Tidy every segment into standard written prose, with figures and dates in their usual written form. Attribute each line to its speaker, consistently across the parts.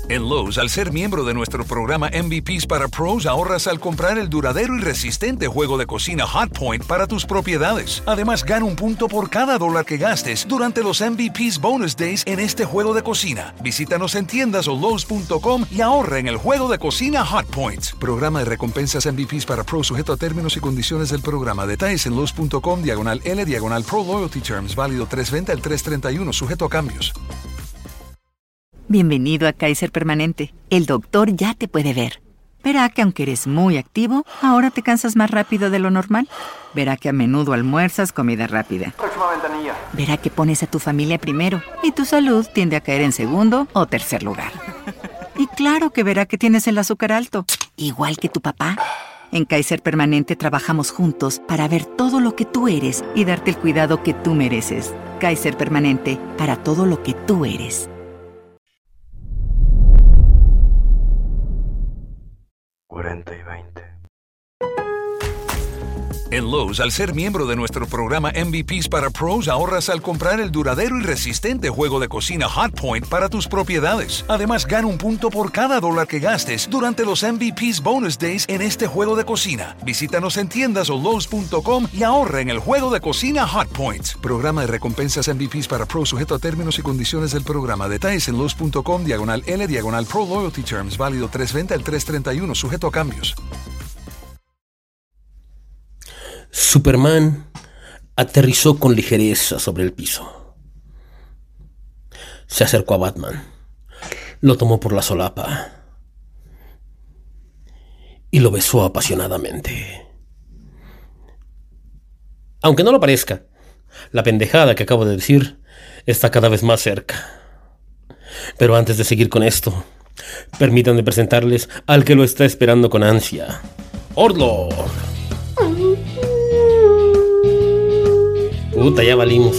Speaker 1: En Lowe's, al ser miembro de nuestro programa MVPs para Pros, ahorras al comprar el duradero y resistente juego de cocina Hotpoint para tus propiedades. Además, gana un punto por cada $1 que gastes durante los MVPs Bonus Days en este juego de cocina. Visítanos en tiendas o Lowe's.com y ahorra en el juego de cocina Hotpoint. Programa de recompensas MVPs para Pros sujeto a términos y condiciones del programa. Detalles en Lowe's.com/L/Pro Loyalty Terms. Válido 3/20 al 3/31, sujeto a cambios.
Speaker 2: Bienvenido a Kaiser Permanente. El doctor ya te puede ver. Verá que aunque eres muy activo, ahora te cansas más rápido de lo normal. Verá que a menudo almuerzas comida rápida.
Speaker 3: Próxima ventanilla.
Speaker 2: Verá que pones a tu familia primero y tu salud tiende a caer en segundo o tercer lugar. Y claro que verá que tienes el azúcar alto, igual que tu papá. En Kaiser Permanente trabajamos juntos para ver todo lo que tú eres y darte el cuidado que tú mereces. Kaiser Permanente, para todo lo que tú eres.
Speaker 3: 40 y 20.
Speaker 1: En Lowe's, al ser miembro de nuestro programa MVPs para Pros, ahorras al comprar el duradero y resistente juego de cocina Hotpoint para tus propiedades. Además, gana un punto por cada $1 que gastes durante los MVPs Bonus Days en este juego de cocina. Visítanos en tiendas o Lowe's.com y ahorra en el juego de cocina Hotpoint. Programa de recompensas MVPs para Pros sujeto a términos y condiciones del programa. Detalles en Lowe's.com/L/Pro Loyalty Terms. Válido 3/20 al 3/31, sujeto a cambios.
Speaker 4: Superman aterrizó con ligereza sobre el piso. Se acercó a Batman, lo tomó por la solapa y lo besó apasionadamente. Aunque no lo parezca, la pendejada que acabo de decir está cada vez más cerca. Pero antes de seguir con esto, permítanme presentarles al que lo está esperando con ansia, Ordlord. Puta, ya valimos.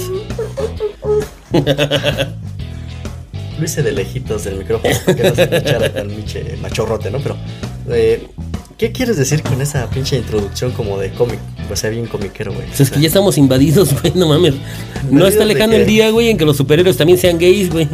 Speaker 5: Lo hice de lejitos del micrófono porque no se escuchara tan pinche machorrote, ¿no? Pero, ¿qué quieres decir con esa pinche introducción como de cómic? O sea, bien comiquero, güey.
Speaker 4: Pues es que ya estamos invadidos, güey, no mames. No está lejano el día, güey, en que los superhéroes también sean gays, güey.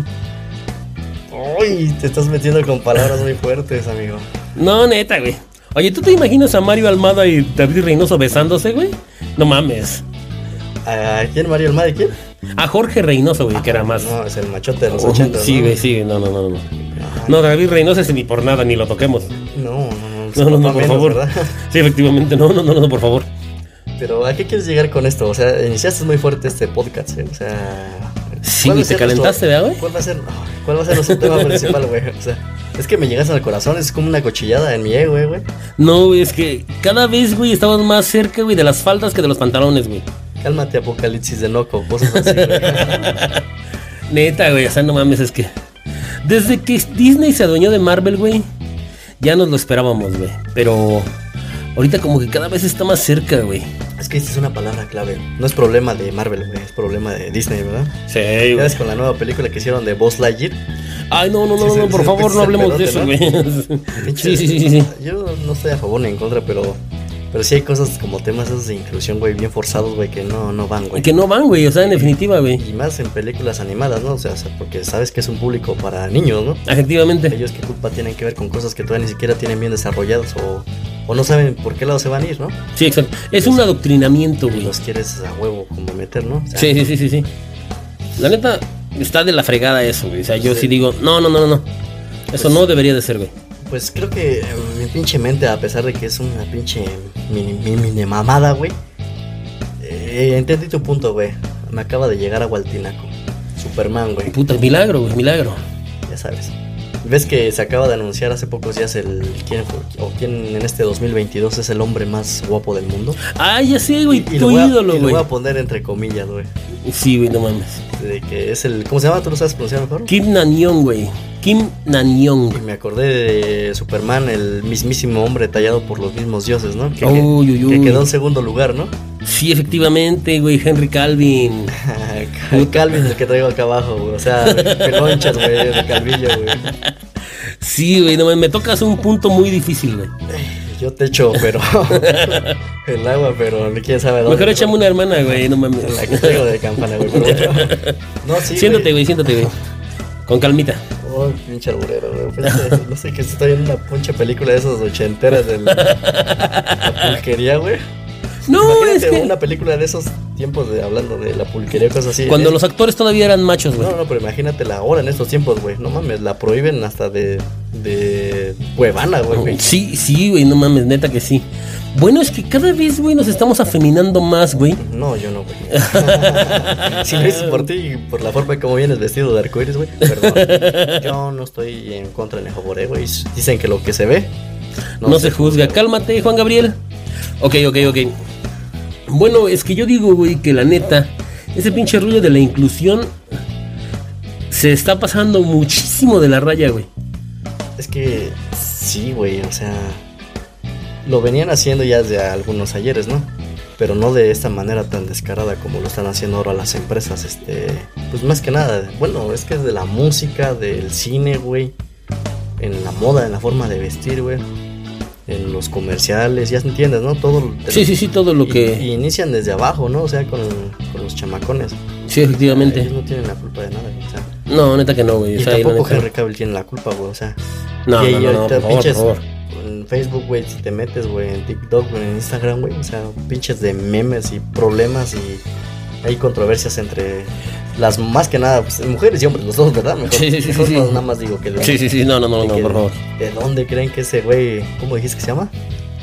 Speaker 5: Uy, te estás metiendo con palabras muy fuertes, amigo.
Speaker 4: No, neta, güey. Oye, ¿tú te imaginas a Mario Almada y David Reynoso besándose, güey? No mames.
Speaker 5: ¿A quién, Mario Almada y quién?
Speaker 4: A Jorge Reynoso, güey, que era más...
Speaker 5: No, es el machote de los 80.
Speaker 4: Sí, güey, sí, no. No, David Reynoso ese ni por nada, ni lo toquemos.
Speaker 5: No,
Speaker 4: por
Speaker 5: menos,
Speaker 4: favor.
Speaker 5: ¿verdad?
Speaker 4: Sí, efectivamente, no, por favor.
Speaker 5: Pero, ¿a qué quieres llegar con esto? O sea, iniciaste muy fuerte este podcast, ¿eh? O sea...
Speaker 4: Sí, güey, te calentaste, ¿verdad, güey?
Speaker 5: ¿Cuál va a ser nuestro tema principal, güey? O sea, es que me llegas al corazón, es como una cuchillada en mi ego, güey.
Speaker 4: No, güey, es que cada vez, güey, estamos más cerca, güey, de las faldas que de los pantalones, güey.
Speaker 5: Cálmate, Apocalipsis de Noco, cosas así, güey.
Speaker 4: Neta, güey, o sea, no mames, es que... Desde que Disney se adueñó de Marvel, güey, ya nos lo esperábamos, güey. Pero ahorita como que cada vez está más cerca, güey.
Speaker 5: Es que esta es una palabra clave. No es problema de Marvel, güey, es problema de Disney, ¿verdad?
Speaker 4: Sí, güey.
Speaker 5: ¿Sabes con la nueva película que hicieron de Buzz Lightyear?
Speaker 4: Ay, no, por favor, no hablemos de eso, güey. Sí.
Speaker 5: Yo no estoy a favor ni en contra, pero sí hay cosas como temas esos de inclusión, güey, bien forzados, güey, que no van, güey.
Speaker 4: Que no van, güey, o sea, en definitiva, güey.
Speaker 5: Y más en películas animadas, ¿no? O sea, porque sabes que es un público para niños, ¿no?
Speaker 4: Efectivamente.
Speaker 5: Ellos qué culpa tienen que ver con cosas que todavía ni siquiera tienen bien desarrolladas o no saben por qué lado se van a ir, ¿no?
Speaker 4: Sí, exacto. Es un adoctrinamiento, güey.
Speaker 5: Los quieres a huevo como meter, ¿no? O sea,
Speaker 4: sí. La neta, está de la fregada eso, güey. O sea, yo sí digo, no. Eso no debería de ser, güey.
Speaker 5: Pues creo que mi pinche mente, a pesar de que es una pinche mini mamada, güey, entendí tu punto, güey. Me acaba de llegar a Gualtinaco. Superman, güey.
Speaker 4: Puta, milagro, güey, milagro.
Speaker 5: Ya sabes. ¿Ves que se acaba de anunciar hace pocos días quién en este 2022 es el hombre más guapo del mundo?
Speaker 4: Ah, ya sé, güey, tu
Speaker 5: ídolo, güey.
Speaker 4: Y
Speaker 5: lo voy a poner entre comillas, güey.
Speaker 4: Sí, güey, no mames.
Speaker 5: De que es el... ¿Cómo se llama? ¿Tú lo sabes pronunciar mejor?
Speaker 4: Kim Nanyong, güey. Kim Nanyong.
Speaker 5: Y me acordé de Superman, el mismísimo hombre tallado por los mismos dioses, ¿no? Que quedó en segundo lugar, ¿no?
Speaker 4: Sí, efectivamente, güey, Henry Calvin.
Speaker 5: Calvin, el que traigo acá abajo, güey. O sea, pelonchas, güey, de calvillo, güey.
Speaker 4: Sí, güey, no, me tocas un punto muy difícil, güey.
Speaker 5: Yo te echo, pero... el agua, pero quién sabe dónde.
Speaker 4: Mejor échame una hermana, güey, no mames.
Speaker 5: La que traigo de campana, güey. No, sí,
Speaker 4: siéntate, güey. Con calmita.
Speaker 5: Oh, pinche alburero, güey. No sé, que estoy en una pinche película de esas ochenteras de la pulquería, güey.
Speaker 4: No,
Speaker 5: Imagínate
Speaker 4: es que
Speaker 5: una película de esos tiempos hablando de la pulquería, cosas así.
Speaker 4: cuando los actores todavía eran machos, güey.
Speaker 5: No, pero imagínatela ahora en estos tiempos, güey. No mames, la prohíben hasta de Cuevana, güey.
Speaker 4: Sí, güey, no mames, neta que sí. Bueno, es que cada vez, güey, nos estamos afeminando más, güey.
Speaker 5: No, yo no, güey. Si lo dices por ti y por la forma en cómo vienes vestido de arcoíris, güey, perdón. Yo no estoy en contra de Nejoboré, güey. Dicen que lo que se ve
Speaker 4: no se juzga. Cálmate, Juan Gabriel. Ok. Bueno, es que yo digo, güey, que la neta, ese pinche rollo de la inclusión se está pasando muchísimo de la raya, güey.
Speaker 5: Es que sí, güey, o sea, lo venían haciendo ya desde algunos ayeres, ¿no? Pero no de esta manera tan descarada como lo están haciendo ahora las empresas, pues más que nada, bueno, es que es de la música, del cine, güey, en la moda, en la forma de vestir, güey, en los comerciales, ya entiendes, ¿no? Todo.
Speaker 4: Sí, todo lo que...
Speaker 5: Y inician desde abajo, ¿no? O sea, con los chamacones.
Speaker 4: Sí, efectivamente.
Speaker 5: Ellos no tienen la culpa de nada, güey, o sea.
Speaker 4: No, neta que no, güey.
Speaker 5: Y tampoco Henry Cavill tiene la culpa, güey, o sea.
Speaker 4: No, por favor.
Speaker 5: En Facebook, güey, si te metes, güey, en TikTok, güey, en Instagram, güey, o sea, pinches de memes y problemas y hay controversias entre las, más que nada, pues, mujeres y hombres, los dos, ¿verdad? Mejor,
Speaker 4: sí.
Speaker 5: No, nada más digo que...
Speaker 4: Sí, no, por favor.
Speaker 5: ¿De dónde creen que ese güey, cómo dijiste que se llama?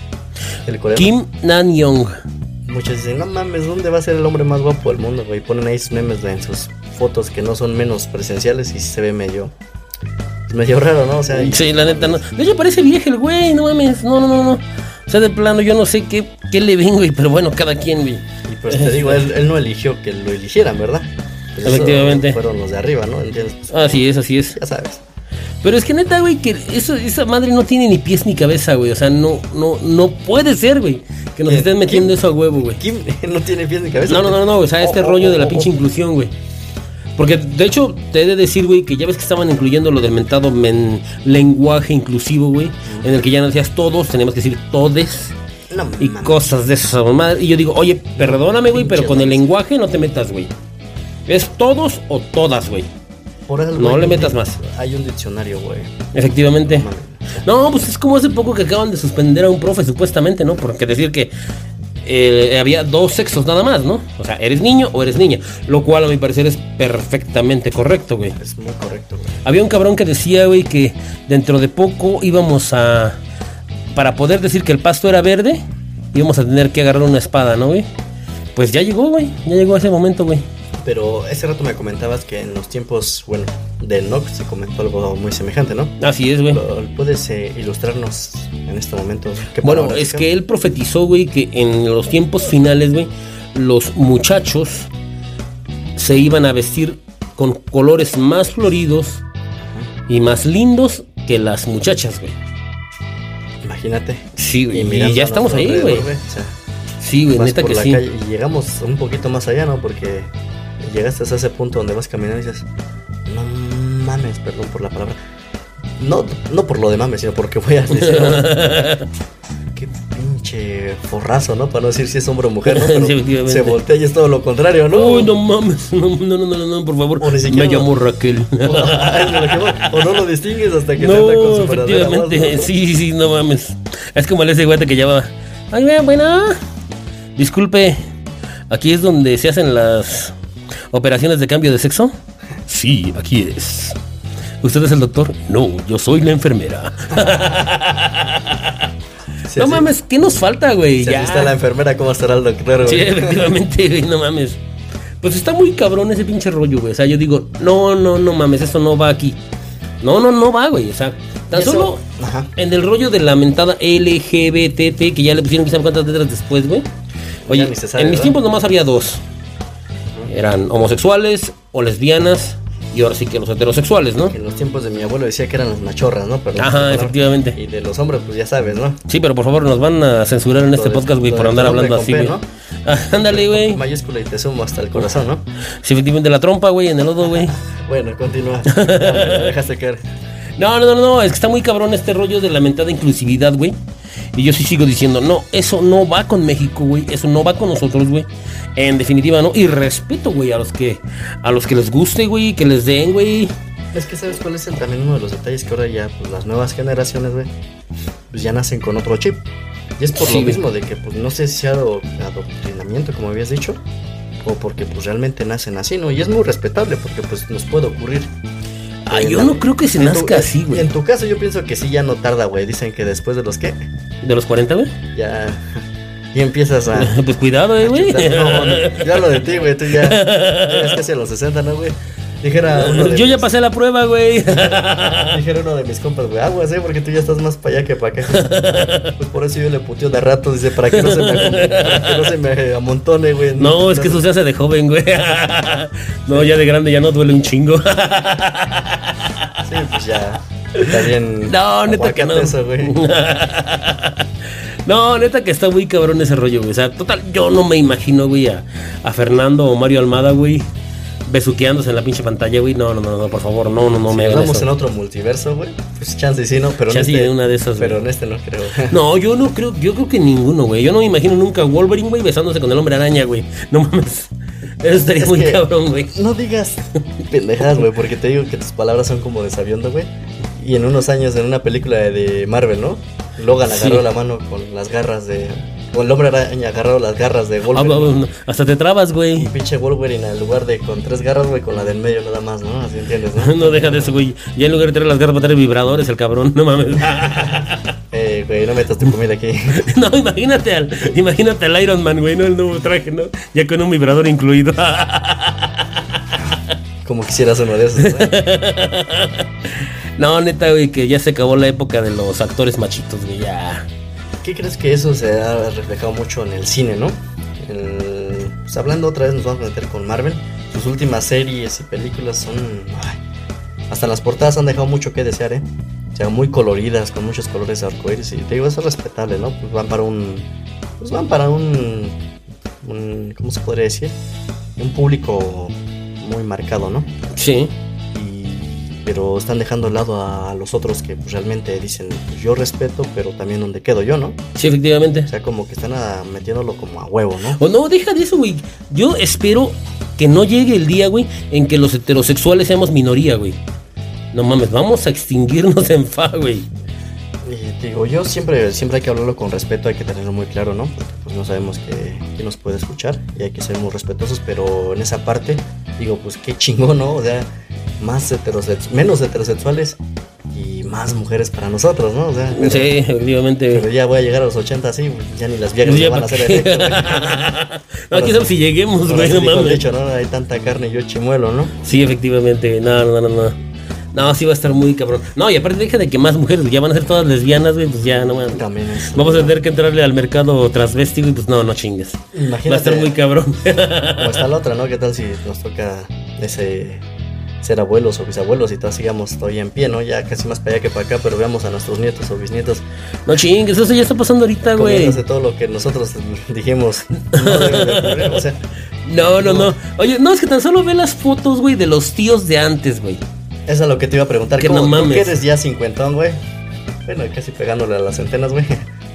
Speaker 5: El coreano.
Speaker 4: Kim Nan-young.
Speaker 5: Muchos dicen, no mames, ¿dónde va a ser el hombre más guapo del mundo, güey? Ponen ahí sus memes, güey, en sus fotos que no son menos presenciales y se ve medio raro, ¿no? O sea,
Speaker 4: sí, la neta, no. De hecho, parece viejo el güey, no mames, no. O sea, de plano, yo no sé qué le ven, güey, pero bueno, cada quien, güey.
Speaker 5: Y pues te digo, él no eligió que lo eligieran, ¿verdad? Pues
Speaker 4: efectivamente.
Speaker 5: Fueron los de arriba, ¿no? ¿Entiendes? Pues,
Speaker 4: así es.
Speaker 5: Ya sabes.
Speaker 4: Pero es que neta, güey, que esa madre no tiene ni pies ni cabeza, güey. O sea, no puede ser, güey, que nos estén metiendo eso a huevo, güey.
Speaker 5: Kim no tiene pies ni cabeza.
Speaker 4: No, o sea, este rollo de la pinche inclusión, güey. Porque, de hecho, te he de decir, güey, que ya ves que estaban incluyendo lo del mentado lenguaje inclusivo, güey, en el que ya no decías todos, teníamos que decir todes y cosas de esas madre. Y yo digo, oye, perdóname, güey, pero con el lenguaje no te metas, güey. Es todos o todas, güey.
Speaker 5: Por eso,
Speaker 4: no le metas más.
Speaker 5: Hay un diccionario, güey.
Speaker 4: Efectivamente. No, pues es como hace poco que acaban de suspender a un profe, supuestamente, ¿no? Porque decir que había dos sexos nada más, ¿no? O sea, eres niño o eres niña. Lo cual a mi parecer es perfectamente correcto, güey.
Speaker 5: Es muy correcto, güey.
Speaker 4: Había un cabrón que decía, güey, que dentro de poco íbamos a... Para poder decir que el pasto era verde, íbamos a tener que agarrar una espada, ¿no, güey? Pues ya llegó, güey. Ya llegó ese momento, güey.
Speaker 5: Pero ese rato me comentabas que en los tiempos, bueno, de Enoch se comentó algo muy semejante, ¿no?
Speaker 4: Así es, güey.
Speaker 5: ¿Puedes ilustrarnos en este momento?
Speaker 4: Bueno, es que él profetizó, güey, que en los tiempos finales, güey, los muchachos se iban a vestir con colores más floridos y más lindos que las muchachas, güey.
Speaker 5: Imagínate.
Speaker 4: Sí, güey. Y ya estamos ahí, güey. O sea, sí, güey, neta que sí.
Speaker 5: Y llegamos un poquito más allá, ¿no? Porque llegaste hasta ese punto donde vas caminando y dices, no mames, perdón por la palabra. No por lo de mames, sino porque voy a decir, ¿no? Qué pinche forrazo, ¿no? Para no decir si es hombre o mujer, ¿no? Pero sí, se voltea y es todo lo contrario, ¿no?
Speaker 4: Uy, no mames, no, por favor. Me llamo Raquel.
Speaker 5: O no lo distingues hasta que
Speaker 4: no, se con su efectivamente, voz, ¿no? Sí, no mames. Es como ese güey que llama. Ay, bueno. Disculpe, ¿aquí es donde se hacen las operaciones de cambio de sexo? Sí, aquí es. ¿Usted es el doctor? No, yo soy la enfermera. Sí, no mames, ¿qué nos falta, güey?
Speaker 5: Si ya está la enfermera, ¿cómo estará el doctor, güey?
Speaker 4: Sí, efectivamente, güey, no mames. Pues está muy cabrón ese pinche rollo, güey. O sea, yo digo, no mames, eso no va aquí. No va, güey. O sea, tan solo en el rollo de la mentada LGBT, que ya le pusieron quizá cuántas letras después, güey. Oye, en mis tiempos nomás había dos. Eran homosexuales o lesbianas. Y ahora sí que los heterosexuales, ¿no?
Speaker 5: En los tiempos de mi abuelo decía que eran las machorras, ¿no? Perdón,
Speaker 4: ajá, efectivamente.
Speaker 5: Y de los hombres, pues ya sabes, ¿no?
Speaker 4: Sí, pero por favor, nos van a censurar en este podcast, güey, por andar hablando así, güey. ¿No? Ándale, güey.
Speaker 5: Mayúscula y te sumo hasta el corazón, ¿no?
Speaker 4: Sí, efectivamente, la trompa, güey, en el lodo, güey.
Speaker 5: Bueno, continúa. Dejaste caer.
Speaker 4: No, es que está muy cabrón este rollo de la mentada inclusividad, güey. Y yo sí sigo diciendo, no, eso no va con México, güey. Eso no va con nosotros, güey. En definitiva, no. Y respeto, güey, a los que les guste, güey, que les den, güey.
Speaker 5: Es que ¿sabes cuál es también uno de los detalles? Que ahora ya, pues las nuevas generaciones, güey, pues ya nacen con otro chip. Y es por lo mismo de que, pues no sé si sea adoctrinamiento, como habías dicho, o porque pues realmente nacen así, ¿no? Y es muy respetable porque pues nos puede ocurrir.
Speaker 4: Yo no creo que se nazca así, güey.
Speaker 5: En tu caso yo pienso que sí, ya no tarda, güey. Dicen que después de los, ¿qué?
Speaker 4: ¿De los 40, güey?
Speaker 5: Ya... Y empiezas a...
Speaker 4: Pues cuidado, güey.
Speaker 5: No, yo hablo de ti, güey. Tú ya eres casi a los 60, ¿no, güey? Dijera uno de
Speaker 4: Yo ya pasé la prueba, güey.
Speaker 5: Dijera uno de mis compas, güey, aguas, porque tú ya estás más para allá que para acá. Pues por eso yo le puteo de rato, dice, para que no se me amontone, güey.
Speaker 4: No, es que eso se hace de joven, güey. No, ya de grande ya no duele un chingo.
Speaker 5: Sí, pues ya. Está bien.
Speaker 4: No, neta que no.
Speaker 5: Eso, güey.
Speaker 4: No, neta que está muy cabrón ese rollo, güey. O sea, total, yo no me imagino, güey, a Fernando o Mario Almada, güey, besuqueándose en la pinche pantalla, güey. No, por favor, no
Speaker 5: si
Speaker 4: me hagan eso.
Speaker 5: Vamos en otro multiverso, güey. Pues chance sí, ¿no? Pero
Speaker 4: chance en una de esas,
Speaker 5: pero
Speaker 4: güey.
Speaker 5: En este no creo.
Speaker 4: No, yo creo que ninguno, güey. Yo no me imagino nunca a Wolverine, güey, besándose con el Hombre Araña, güey. No mames. Eso estaría muy cabrón, güey.
Speaker 5: No digas pendejadas, güey, porque te digo que tus palabras son como de sabiondo, güey. Y en unos años, en una película de Marvel, ¿no? Logan agarró la mano con las garras de... O el Hombre Araña agarró las garras de Wolverine.
Speaker 4: Hasta te trabas, güey.
Speaker 5: Y pinche Wolverine, al lugar de con 3 garras, güey, con la del medio nada más, ¿no? Así entiendes, ¿no?
Speaker 4: No deja de eso, güey. Ya en lugar de traer las garras va a traer vibradores, el cabrón. No mames.
Speaker 5: Güey, no metas tu comida aquí.
Speaker 4: No, imagínate al Iron Man, güey, no el nuevo traje, ¿no? Ya con un vibrador incluido.
Speaker 5: Como quisieras uno de esos, güey.
Speaker 4: No, neta, güey, que ya se acabó la época de los actores machitos, güey, ya.
Speaker 5: ¿Qué crees que eso se ha reflejado mucho en el cine, no? Pues hablando otra vez, nos vamos a meter con Marvel. Sus últimas series y películas son... hasta las portadas han dejado mucho que desear, ¿eh? O sea, muy coloridas, con muchos colores arcoíris. Y te digo, eso es respetable, ¿no? Pues van para un... ¿cómo se podría decir? Un público muy marcado, ¿no?
Speaker 4: Sí.
Speaker 5: Pero están dejando de lado a los otros que pues, realmente dicen, pues, yo respeto, pero también donde quedo yo, ¿no?
Speaker 4: Sí, efectivamente.
Speaker 5: O sea, como que están metiéndolo como a huevo, ¿no?
Speaker 4: O no, deja de eso, güey. Yo espero que no llegue el día, güey, en que los heterosexuales seamos minoría, güey. No mames, vamos a extinguirnos en fa, güey.
Speaker 5: Y te digo, yo siempre hay que hablarlo con respeto, hay que tenerlo muy claro, ¿no? Porque pues no sabemos quién nos puede escuchar y hay que ser muy respetuosos, pero en esa parte, digo, pues qué chingón, ¿no? O sea, menos heterosexuales y más mujeres para nosotros, ¿no? O sea,
Speaker 4: sí, efectivamente.
Speaker 5: Pero ya voy a llegar a los 80, sí, ya ni las viejas me van a hacer efecto, güey.
Speaker 4: No, quién sabe si lleguemos, güey, no mames.
Speaker 5: De hecho, ¿no? Hay tanta carne y yo chimuelo, ¿no?
Speaker 4: Sí, efectivamente, no, sí va a estar muy cabrón. No, y aparte deja de que más mujeres ya van a ser todas lesbianas, güey, pues ya no mames.
Speaker 5: También es.
Speaker 4: Vamos a tener que entrarle al mercado transvestido y pues no chingues.
Speaker 5: Imagínate.
Speaker 4: Va a estar muy cabrón.
Speaker 5: O está la otra, ¿no? ¿Qué tal si nos toca ser abuelos o bisabuelos y todos sigamos todavía en pie, ¿no? Ya casi más para allá que para acá, pero veamos a nuestros nietos o bisnietos.
Speaker 4: No chingues, eso ya está pasando ahorita, güey.
Speaker 5: Comiéndose todo lo que nosotros dijimos. No debe de ocurrir, o sea.
Speaker 4: No. Oye, no, es que tan solo ve las fotos, güey, de los tíos de antes, güey.
Speaker 5: Eso es lo que te iba a preguntar.
Speaker 4: Que no mames.
Speaker 5: ¿Tú que eres ya cincuentón, güey? Bueno, casi pegándole a las centenas, güey.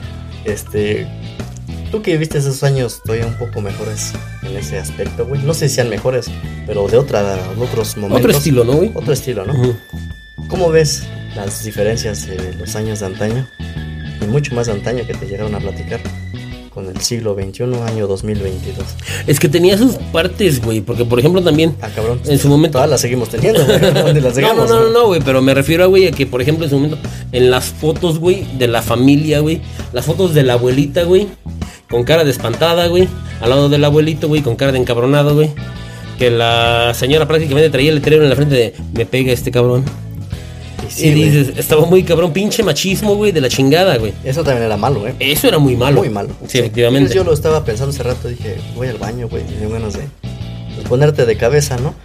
Speaker 5: Tú que viviste esos años todavía un poco mejores en ese aspecto, güey. No sé si sean mejores, pero de otros momentos.
Speaker 4: Otro estilo, ¿no, güey?
Speaker 5: Otro estilo, ¿no?
Speaker 4: Uh-huh.
Speaker 5: ¿Cómo ves las diferencias de los años de antaño? Y mucho más de antaño que te llegaron a platicar con el siglo XXI, año 2022.
Speaker 4: Es que tenía sus partes, güey, porque por ejemplo también...
Speaker 5: cabrón.
Speaker 4: En su momento...
Speaker 5: Todas las seguimos teniendo, güey. ¿Dónde las dejamos?
Speaker 4: No, güey, pero me refiero a, güey, a que por ejemplo en su momento, en las fotos, güey, de la familia, güey, las fotos de la abuelita, güey, con cara de espantada, güey, al lado del abuelito, güey, con cara de encabronado, güey, que la señora prácticamente traía el letrero en la frente de, me pega este cabrón. Sí, y dices, güey, estaba muy cabrón, pinche machismo, güey, de la chingada, güey.
Speaker 5: Eso también era malo, güey.
Speaker 4: Eso era muy malo.
Speaker 5: Muy malo.
Speaker 4: Sí, efectivamente.
Speaker 5: Entonces yo lo estaba pensando hace rato, dije, voy al baño, güey, tenía ganas de ponerte de cabeza, ¿no?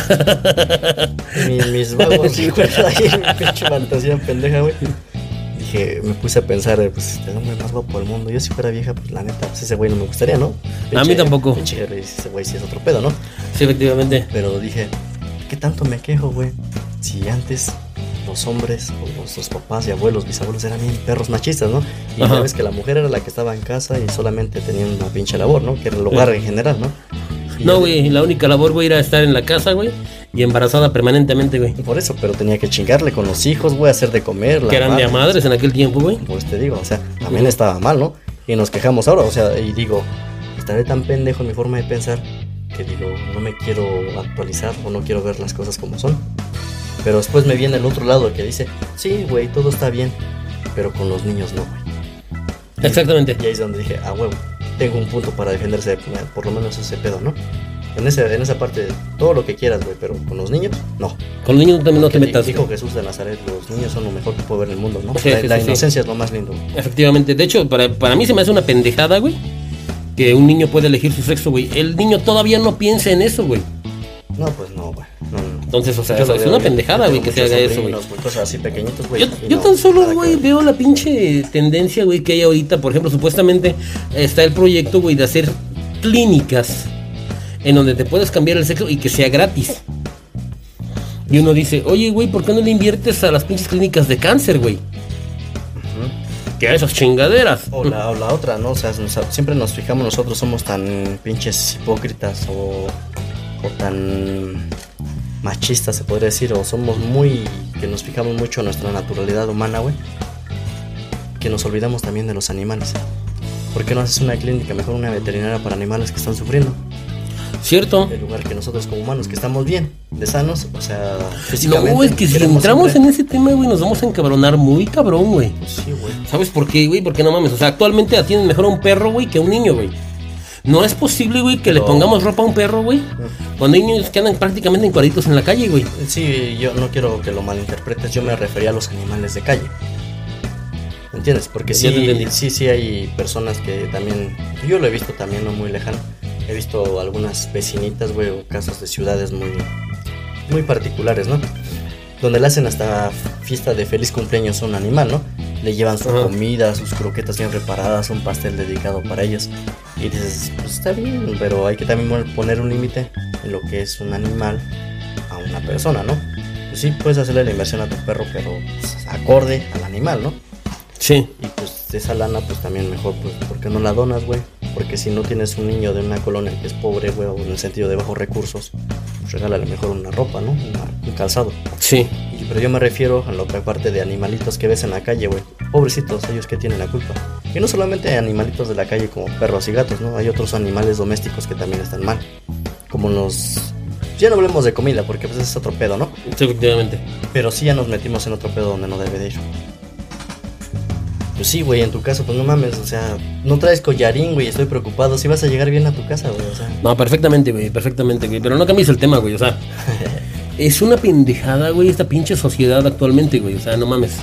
Speaker 5: mis vagos, sí, güey, ahí mi pinche fantasía pendeja, güey. Dije, me puse a pensar, pues, este hombre más guapo del mundo. Yo si fuera vieja, pues la neta, pues ese güey no me gustaría, ¿no?
Speaker 4: A mí tampoco.
Speaker 5: Ese güey sí es otro pedo, ¿no?
Speaker 4: Sí, efectivamente.
Speaker 5: Pero dije, ¿qué tanto me quejo, güey? Si antes los hombres, o nuestros papás y abuelos, bisabuelos eran bien perros machistas, ¿no? Y sabes que la mujer era la que estaba en casa y solamente tenía una pinche labor, ¿no? Que era el hogar en general, ¿no?
Speaker 4: No, güey, la única labor, güey, era estar en la casa, güey, y embarazada permanentemente, güey.
Speaker 5: Por eso, pero tenía que chingarle con los hijos, güey, hacer de comer.
Speaker 4: Que eran de a madres en aquel tiempo, güey.
Speaker 5: Pues te digo, o sea, también estaba mal, ¿no? Y nos quejamos ahora, o sea, y digo, estaré tan pendejo en mi forma de pensar que digo, no me quiero actualizar o no quiero ver las cosas como son. Pero después me viene el otro lado que dice, sí, güey, todo está bien, pero con los niños no, güey.
Speaker 4: Exactamente.
Speaker 5: Y ahí es donde dije, huevo, tengo un punto para defenderse, por lo menos ese pedo, ¿no? En esa parte, todo lo que quieras, güey, pero con los niños, no.
Speaker 4: Con los niños también no te metas.
Speaker 5: Dijo Jesús de Nazaret, los niños son lo mejor que puede ver en el mundo, ¿no?
Speaker 4: Sí,
Speaker 5: la
Speaker 4: sí,
Speaker 5: inocencia es lo más lindo.
Speaker 4: Efectivamente. De hecho, para mí se me hace una pendejada, güey, que un niño puede elegir su sexo, güey. El niño todavía no piensa en eso, güey.
Speaker 5: No, pues no, güey. No.
Speaker 4: Entonces, o sea, es una pendejada, güey, que se haga eso, güey.
Speaker 5: Cosas así pequeñitos, güey.
Speaker 4: Yo tan solo, güey, veo la pinche tendencia, güey, que hay ahorita. Por ejemplo, supuestamente está el proyecto, güey, de hacer clínicas en donde te puedes cambiar el sexo y que sea gratis. Y uno dice, oye, güey, ¿por qué no le inviertes a las pinches clínicas de cáncer, güey? Que a esas chingaderas.
Speaker 5: O la otra, ¿no? O sea, siempre nos fijamos, nosotros somos tan pinches hipócritas o tan machistas, se podría decir, o somos que nos fijamos mucho en nuestra naturalidad humana, güey, que nos olvidamos también de los animales. ¿Por qué no haces una clínica, mejor una veterinaria para animales que están sufriendo?
Speaker 4: Cierto.
Speaker 5: En lugar que nosotros como humanos, que estamos bien, de sanos, o sea, físicamente.
Speaker 4: No, es que si entramos en ese tema, güey, nos vamos a encabronar muy cabrón, güey.
Speaker 5: Pues sí, güey.
Speaker 4: ¿Sabes por qué, güey? Porque no mames, o sea, actualmente atienden mejor a un perro, güey, que a un niño, güey. No es posible, güey, que le pongamos ropa a un perro, güey, cuando hay niños que andan prácticamente encuadraditos en la calle, güey.
Speaker 5: Sí, yo no quiero que lo malinterpretes, yo me refería a los animales de calle. ¿Me entiendes? Porque sí hay personas que también, yo lo he visto también no muy lejano. He visto algunas vecinitas, güey, o casos de ciudades muy particulares, ¿no? Donde le hacen hasta fiesta de feliz cumpleaños a un animal, ¿no? Le llevan su comida, sus croquetas bien preparadas, un pastel dedicado para ellos. Y dices, pues está bien, pero hay que también poner un límite en lo que es un animal a una persona, ¿no? Pues sí, puedes hacerle la inversión a tu perro, pero pues, acorde al animal, ¿no?
Speaker 4: Sí.
Speaker 5: Y pues esa lana, pues también mejor, pues, ¿por qué no la donas, güey? Porque si no tienes un niño de una colonia que es pobre, güey, o en el sentido de bajos recursos, pues regálale mejor una ropa, ¿no? Un calzado.
Speaker 4: Sí.
Speaker 5: Pero yo me refiero a la otra parte de animalitos que ves en la calle, güey. Pobrecitos, ellos que tienen la culpa. Y no solamente animalitos de la calle como perros y gatos, ¿no? Hay otros animales domésticos que también están mal. Como ya no hablemos de comida, porque pues ese es otro pedo, ¿no?
Speaker 4: Sí, efectivamente.
Speaker 5: Pero sí ya nos metimos en otro pedo donde no debe de ir. Pues sí, güey, en tu caso, pues no mames, o sea, no traes collarín, güey, estoy preocupado. Si vas a llegar bien a tu casa, güey, o sea.
Speaker 4: No, perfectamente, güey, pero no cambies el tema, güey, o sea. Es una pendejada, güey, esta pinche sociedad actualmente, güey, o sea, no mames.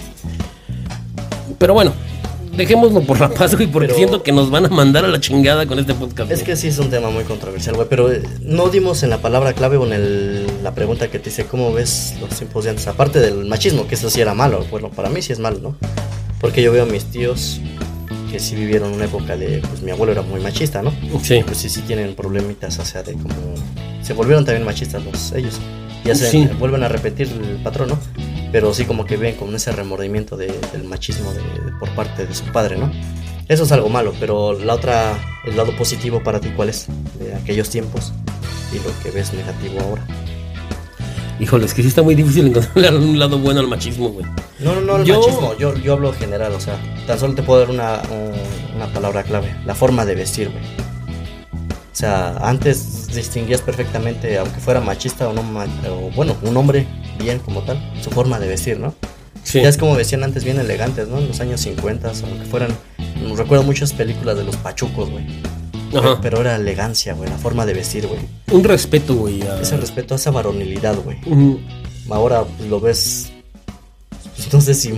Speaker 4: Pero bueno, dejémoslo por la paz, güey, porque siento que nos van a mandar a la chingada con este podcast.
Speaker 5: Es que sí es un tema muy controversial, güey, pero no dimos en la palabra clave o en la pregunta que te dice, ¿cómo ves los tiempos de antes? Aparte del machismo, que eso sí era malo, bueno, para mí sí es malo, ¿no? Porque yo veo a mis tíos que sí vivieron una época de, pues mi abuelo era muy machista, ¿no?
Speaker 4: Sí.
Speaker 5: Pues sí tienen problemitas, o sea, de como, se volvieron también machistas ellos. Ya vuelven a repetir el patrón, ¿no? Pero sí como que ven con ese remordimiento del machismo por parte de su padre, ¿no? Eso es algo malo, pero el lado positivo para ti, ¿cuál es? De aquellos tiempos y lo que ves negativo ahora.
Speaker 4: Híjole, es que sí está muy difícil encontrar un lado bueno al machismo, güey.
Speaker 5: No, el machismo, yo hablo general, o sea, tan solo te puedo dar una palabra clave, la forma de vestir, güey. O sea, antes distinguías perfectamente, aunque fuera machista o no, o bueno, un hombre bien como tal, su forma de vestir, ¿no? Sí. Ya es como vestían antes, bien elegantes, ¿no? En los años 50, aunque fueran, recuerdo muchas películas de los pachucos, güey. Pero era elegancia, güey, la forma de vestir, güey.
Speaker 4: Un respeto, güey.
Speaker 5: Ese respeto, esa varonilidad, güey. Ahora pues, lo ves, pues, no sé si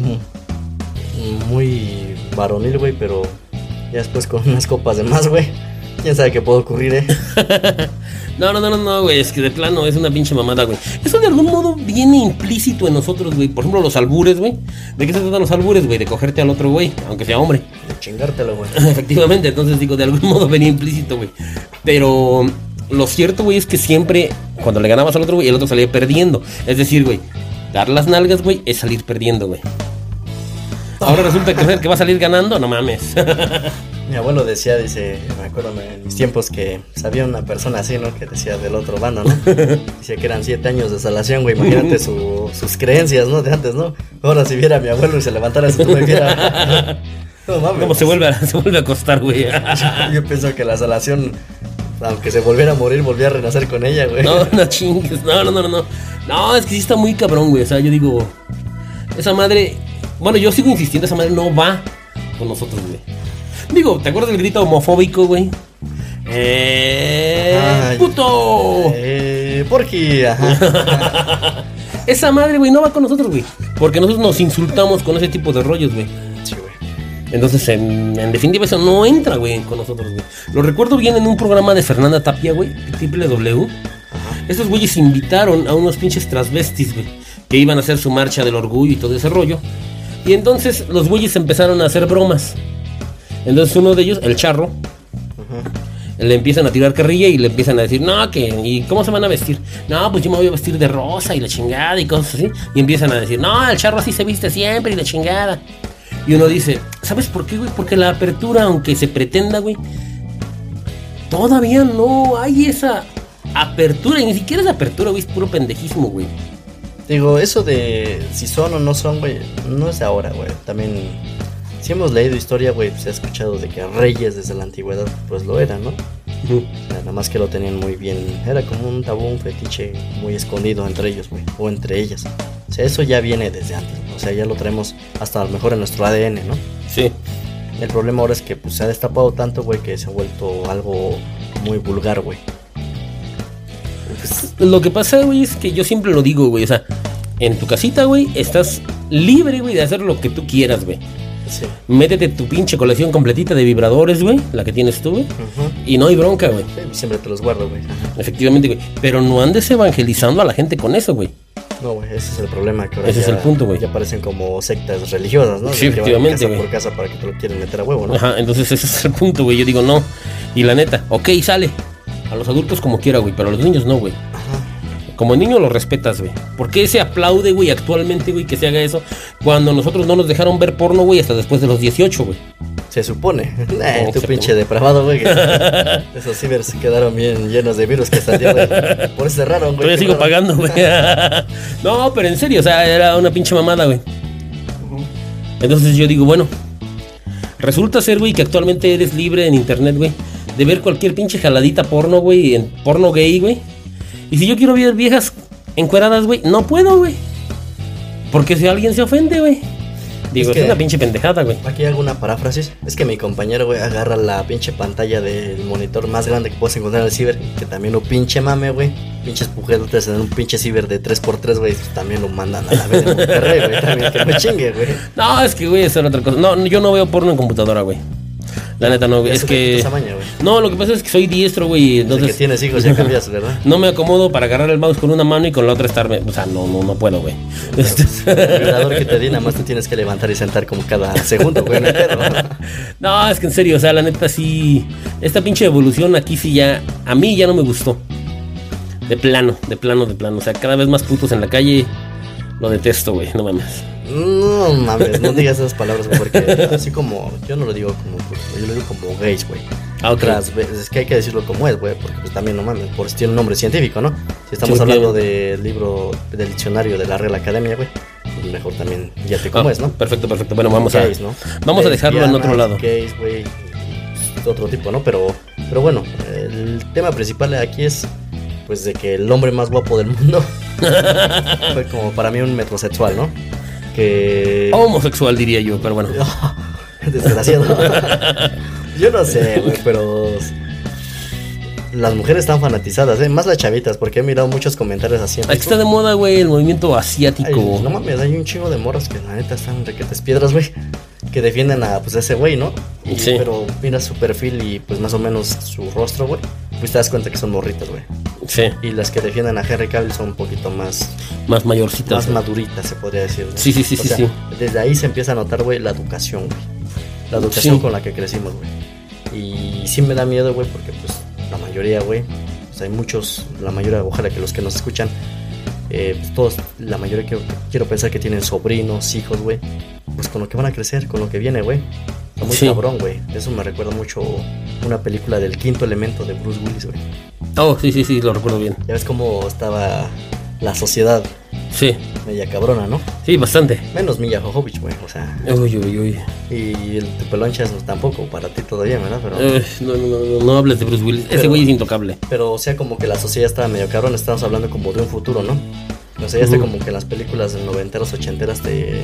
Speaker 5: muy varonil, güey, pero ya después con unas copas de más, güey. ¿Quién sabe qué puede ocurrir, eh?
Speaker 4: No, güey, es que de plano es una pinche mamada, güey. Eso de algún modo viene implícito en nosotros, güey. Por ejemplo, los albures, güey. ¿De qué se tratan los albures, güey? De cogerte al otro, güey, aunque sea hombre.
Speaker 5: De chingártelo, güey.
Speaker 4: Efectivamente, entonces digo, de algún modo venía implícito, güey. Pero lo cierto, güey, es que siempre, cuando le ganabas al otro, güey, el otro salía perdiendo. Es decir, güey, dar las nalgas, güey, es salir perdiendo, güey. Ahora resulta que va a salir ganando, no mames.
Speaker 5: Mi abuelo decía, me acuerdo en mis tiempos que había una persona así, ¿no? Que decía del otro bando, ¿no? Decía que eran 7 años de salación, güey. Imagínate sus creencias, ¿no? De antes, ¿no? Ahora si viera a mi abuelo y se levantara de su tumba y viera... No mames.
Speaker 4: ¿Cómo se vuelve a acostar, güey?
Speaker 5: Yo pienso que la salación, aunque se volviera a morir, volvía a renacer con ella, güey.
Speaker 4: No chingues, no. No, es que sí está muy cabrón, güey. O sea, yo digo, esa madre... Bueno, yo sigo insistiendo, esa madre no va con nosotros, güey. Digo, ¿te acuerdas del grito homofóbico, güey? ¡Puto!
Speaker 5: Porqui, ajá.
Speaker 4: Esa madre, güey, no va con nosotros, güey. Porque nosotros nos insultamos con ese tipo de rollos, güey.
Speaker 5: Sí, güey.
Speaker 4: Entonces, en definitiva, eso no entra, güey, con nosotros, güey. Lo recuerdo bien en un programa de Fernanda Tapia, güey, WW. Estos güeyes invitaron a unos pinches transvestis, güey, que iban a hacer su marcha del orgullo y todo ese rollo. Y entonces los güeyes empezaron a hacer bromas. Entonces uno de ellos, el Charro, le empiezan a tirar carrilla y le empiezan a decir, no, que, ¿y cómo se van a vestir? No, pues yo me voy a vestir de rosa y la chingada y cosas así. Y empiezan a decir, no, el Charro así se viste siempre y la chingada. Y uno dice, ¿sabes por qué, güey? Porque la apertura, aunque se pretenda, güey, todavía no hay esa apertura. Y ni siquiera es apertura, güey, es puro pendejismo, güey.
Speaker 5: Digo, eso de si son o no son, güey, no es de ahora, güey. También, si hemos leído historia, güey, se ha escuchado de que reyes desde la antigüedad, pues lo eran, ¿no? O sea, nada más que lo tenían muy bien. Era como un tabú, un fetiche muy escondido entre ellos, güey, o entre ellas. O sea, eso ya viene desde antes, ¿no? O sea, ya lo traemos hasta a lo mejor en nuestro ADN, ¿no?
Speaker 4: Sí.
Speaker 5: El problema ahora es que pues se ha destapado tanto, güey, que se ha vuelto algo muy vulgar, güey.
Speaker 4: Pues, lo que pasa, güey, es que yo siempre lo digo, güey, o sea, en tu casita, güey, estás libre, güey, de hacer lo que tú quieras, güey.
Speaker 5: Sí.
Speaker 4: Métete tu pinche colección completita de vibradores, güey, la que tienes tú, güey. Y no hay bronca, güey.
Speaker 5: Sí, siempre te los guardo, güey.
Speaker 4: Efectivamente, güey. Pero no andes evangelizando a la gente con eso, güey.
Speaker 5: No, güey, ese es el problema. Que ahora
Speaker 4: ese es el punto, güey.
Speaker 5: Ya parecen como sectas religiosas, ¿no?
Speaker 4: Sí, efectivamente,
Speaker 5: güey. Casa por casa para que te lo quieran meter a huevo, ¿no?
Speaker 4: Ajá, entonces ese es el punto, güey. Yo digo, no. Y la neta, ok, sale. A los adultos como quiera, güey, pero a los niños no, güey.
Speaker 5: Ajá.
Speaker 4: Como niño lo respetas, güey. ¿Por qué se aplaude, güey, actualmente, güey, que se haga eso? Cuando nosotros no nos dejaron ver porno, güey, hasta después de los 18, güey.
Speaker 5: Se supone. Tu pinche depravado, güey. Esos cibers se quedaron bien llenos de virus que hasta el día de hoy. Por eso cerraron, güey.
Speaker 4: Todavía sigo pagando, güey. No, pero en serio, o sea, era una pinche mamada, güey. Entonces yo digo, bueno, resulta ser, güey, que actualmente eres libre en internet, güey, de ver cualquier pinche jaladita porno, güey, en porno gay, güey. Y si yo quiero ver viejas encueradas, güey, no puedo, güey. Porque si alguien se ofende, güey. Digo, es una pinche pendejada, güey.
Speaker 5: Aquí hago una paráfrasis. Es que mi compañero, güey, agarra la pinche pantalla del monitor más grande que puedes encontrar en el ciber. Que también lo pinche mame, güey. Pinches pujedotes en un pinche ciber de 3x3, güey. También lo mandan a la vez de Monterrey, güey. También que me chingue, güey.
Speaker 4: No, es que, güey, es otra cosa. No, yo no veo porno en computadora, güey. La neta no, güey. Es que...
Speaker 5: Maña, güey.
Speaker 4: No, lo que pasa es que soy diestro, güey. Entonces...
Speaker 5: Desde que tienes hijos ya cambias, ¿verdad?
Speaker 4: No me acomodo para agarrar el mouse con una mano y con la otra estarme... O sea, no puedo, güey.
Speaker 5: El vibrador que te di, nada más te tienes que levantar y sentar como cada segundo, güey, en el perro.
Speaker 4: No, es que en serio, o sea, la neta sí... Esta pinche evolución aquí sí ya... A mí ya no me gustó. De plano. O sea, cada vez más putos en la calle. Lo detesto, güey, no mames.
Speaker 5: No mames, no digas esas palabras, güey, porque así como... Yo no lo digo como... Yo lo digo como gays, güey. Otras veces, es que hay que decirlo como es, güey, porque pues también no mames, por si tiene un nombre científico, ¿no? Si estamos hablando del libro, del diccionario de la Real Academia, güey, pues mejor también ya te como es, ¿no?
Speaker 4: Perfecto. Bueno, vamos
Speaker 5: gays, ¿no?
Speaker 4: Vamos a dejarlo en otro lado.
Speaker 5: Gays, güey, otro tipo, ¿no? Pero bueno, el tema principal aquí es, pues, de que el hombre más guapo del mundo fue como para mí un metrosexual, ¿no? Que...
Speaker 4: Homosexual diría yo, pero bueno.
Speaker 5: Desgraciado. Yo no sé, güey, pero las mujeres están fanatizadas, más las chavitas, porque he mirado muchos comentarios así.
Speaker 4: Aquí está de moda, güey, el movimiento asiático.
Speaker 5: Ay, no mames, hay un chingo de morras que la neta están requetes piedras, güey, que defienden a pues ese güey, ¿no? Y,
Speaker 4: sí.
Speaker 5: Pero mira su perfil y pues más o menos su rostro, güey, pues te das cuenta que son morritas, güey.
Speaker 4: Sí.
Speaker 5: Y las que defienden a Henry Cavill son un poquito más
Speaker 4: mayorcitas,
Speaker 5: más maduritas, se podría decir, ¿no?
Speaker 4: Sí.
Speaker 5: O sea, desde ahí se empieza a notar, güey, la educación, güey. La educación con la que crecimos, güey. Y sí me da miedo, güey, porque pues la mayoría, güey, pues hay muchos, la mayoría, ojalá que los que nos escuchan, pues todos, la mayoría quiero pensar que tienen sobrinos, hijos, güey, pues con lo que van a crecer, con lo que viene, güey. Está muy cabrón, güey. Eso me recuerda mucho una película del Quinto Elemento de Bruce Willis, güey.
Speaker 4: Oh, sí, lo recuerdo bien.
Speaker 5: Ya ves cómo estaba la sociedad.
Speaker 4: Sí.
Speaker 5: Media cabrona, ¿no?
Speaker 4: Sí, bastante.
Speaker 5: Menos Milla Jovovich, güey, o sea.
Speaker 4: Uy.
Speaker 5: Y el Tupelonchas tampoco, para ti todavía, ¿verdad? Pero
Speaker 4: no hables de Bruce Willis. Ese güey es intocable.
Speaker 5: Pero, o sea, como que la sociedad estaba medio cabrona. Estamos hablando como de un futuro, ¿no? O sea, ya está como que en las películas de noventeras, ochenteras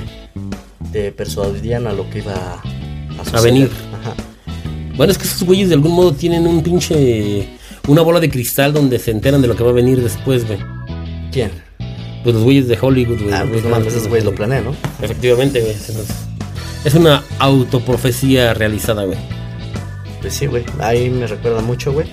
Speaker 5: te persuadían a lo que iba a suceder.
Speaker 4: A venir.
Speaker 5: Ajá.
Speaker 4: Bueno, es que esos güeyes de algún modo tienen un pinche... Una bola de cristal donde se enteran de lo que va a venir después, güey.
Speaker 5: ¿Quién?
Speaker 4: Pues los güeyes de Hollywood, güey.
Speaker 5: Pues no mames, esos güeyes lo planean, ¿no?
Speaker 4: Efectivamente, güey. Es una autoprofecía realizada, güey.
Speaker 5: Pues sí, güey. Ahí me recuerda mucho, güey.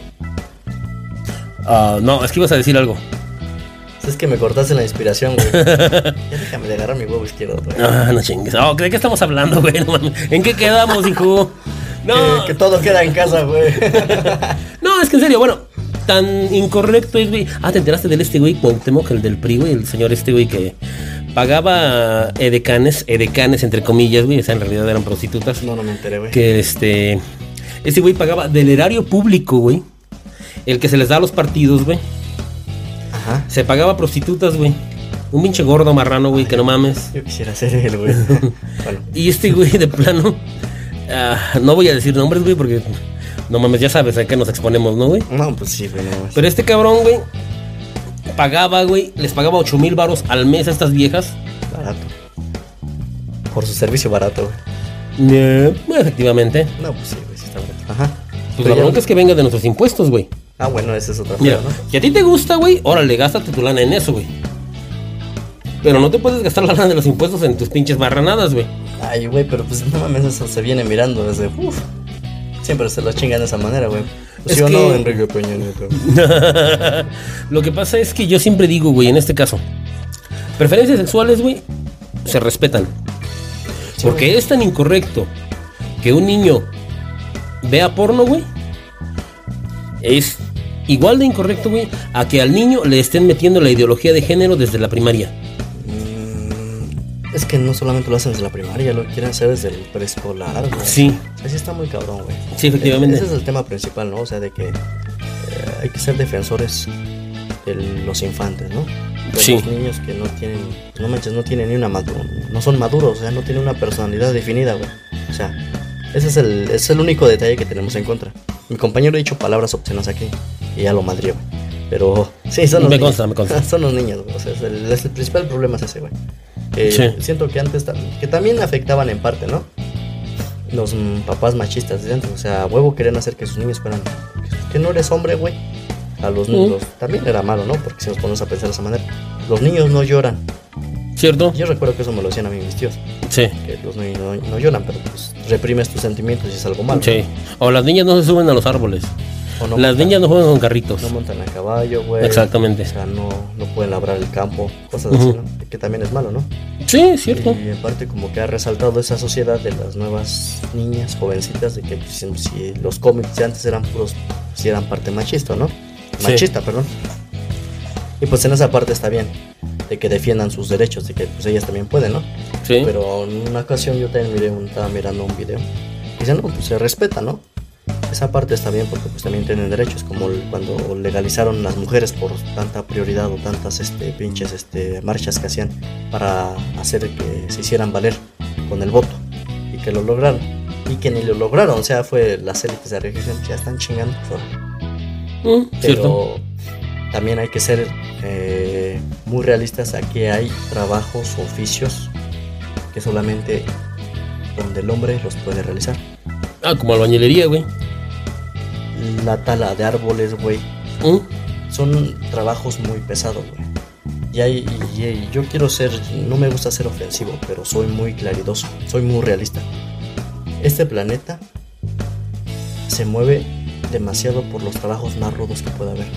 Speaker 4: No, es que ibas a decir algo.
Speaker 5: Es que me cortaste la inspiración, güey. Ya déjame de agarrar mi huevo izquierdo, güey.
Speaker 4: No chingues. ¿De qué estamos hablando, güey? ¿En qué quedamos, hijo? No.
Speaker 5: Que todo queda en casa, güey.
Speaker 4: No, es que en serio, bueno, tan incorrecto es, güey. ¿Te enteraste del güey Cuauhtémoc, el del PRI, güey? El señor güey que pagaba edecanes entre comillas, güey. O sea, en realidad eran prostitutas.
Speaker 5: No me enteré, güey.
Speaker 4: Que este güey pagaba del erario público, güey. El que se les da a los partidos, güey.
Speaker 5: Ajá.
Speaker 4: Se pagaba prostitutas, güey. Un pinche gordo marrano, güey, que no mames.
Speaker 5: Yo quisiera ser él, güey. Bueno.
Speaker 4: Y güey, de plano... no voy a decir nombres, güey, porque... No mames, ya sabes a qué nos exponemos, ¿no, güey?
Speaker 5: No, pues sí, güey. No,
Speaker 4: pero cabrón, güey, pagaba, güey, les pagaba 8,000 varos al mes a estas viejas.
Speaker 5: Barato. Por su servicio barato, güey.
Speaker 4: Efectivamente.
Speaker 5: No, pues sí, güey, sí está barato. Ajá.
Speaker 4: Pues la bronca es que venga de nuestros impuestos, güey.
Speaker 5: Bueno, esa es otra
Speaker 4: cosa,
Speaker 5: ¿no?
Speaker 4: Si a ti te gusta, güey, órale, gástate tu lana en eso, güey. Pero no te puedes gastar la lana de los impuestos en tus pinches marranadas, güey.
Speaker 5: Ay, güey, pero pues no mames, eso se viene mirando desde... Siempre se lo chingan de esa manera, güey. ¿Sí o no, Enrique Peña Nieto?
Speaker 4: Lo que pasa es que yo siempre digo, güey, en este caso, preferencias sexuales, güey, se respetan. Sí, porque güey, es tan incorrecto que un niño vea porno, güey. Es igual de incorrecto, güey, a que al niño le estén metiendo la ideología de género desde la primaria.
Speaker 5: Es que no solamente lo hacen desde la primaria, lo quieren hacer desde el preescolar, güey.
Speaker 4: Sí.
Speaker 5: Así está muy cabrón, güey.
Speaker 4: Sí, efectivamente.
Speaker 5: Ese es el tema principal, ¿no? O sea, de que hay que ser defensores de los infantes, ¿no? De
Speaker 4: sí.
Speaker 5: Los niños que no tienen, no manches, no tienen ni una no son maduros, o sea, no tienen una personalidad definida, güey. O sea, ese es el único detalle que tenemos en contra. Mi compañero ha dicho palabras obscenas aquí y ya lo madrió, güey. Pero sí, son los niños. Me consta. Son los niños, güey. O sea, el principal problema es ese, güey. Sí. Siento que antes que también afectaban en parte, ¿no? Los papás machistas de antes, o sea, a huevo querían hacer que sus niños fueran que no eres hombre, güey. A los niños también era malo, ¿no? Porque si nos ponemos a pensar de esa manera, los niños no lloran.
Speaker 4: ¿Cierto?
Speaker 5: Yo recuerdo que eso me lo decían a mí mis tíos.
Speaker 4: Sí.
Speaker 5: Que los niños no lloran, pero pues reprimes tus sentimientos y es algo malo.
Speaker 4: Sí. O las niñas no se suben a los árboles.
Speaker 5: No
Speaker 4: las niñas no juegan con carritos.
Speaker 5: No montan a caballo, güey.
Speaker 4: Exactamente.
Speaker 5: O sea, no pueden labrar el campo, cosas así, ¿no? Que también es malo, ¿no?
Speaker 4: Sí, es cierto.
Speaker 5: Y aparte como que ha resaltado esa sociedad de las nuevas niñas, jovencitas, de que pues, si los cómics de antes eran puros, si eran parte machista, ¿no? Machista, sí. Perdón. Y pues en esa parte está bien, de que defiendan sus derechos, de que pues ellas también pueden, ¿no?
Speaker 4: Sí.
Speaker 5: Pero en una ocasión yo también estaba mirando un video y dicen, no, pues se respeta, ¿no? Esa parte está bien porque pues también tienen derechos, como cuando legalizaron las mujeres por tanta prioridad o tantas pinches marchas que hacían para hacer que se hicieran valer con el voto y que lo lograron y que ni lo lograron, o sea, fue las élites de la religión que ya están chingando pero
Speaker 4: cierto.
Speaker 5: También hay que ser muy realistas a que hay trabajos, oficios que solamente donde el hombre los puede realizar.
Speaker 4: Como albañilería, güey.
Speaker 5: La tala de árboles, güey. Son trabajos muy pesados, güey. Y yo quiero ser, no me gusta ser ofensivo, pero soy muy claridoso, soy muy realista. Este planeta se mueve demasiado por los trabajos más rudos que pueda haber.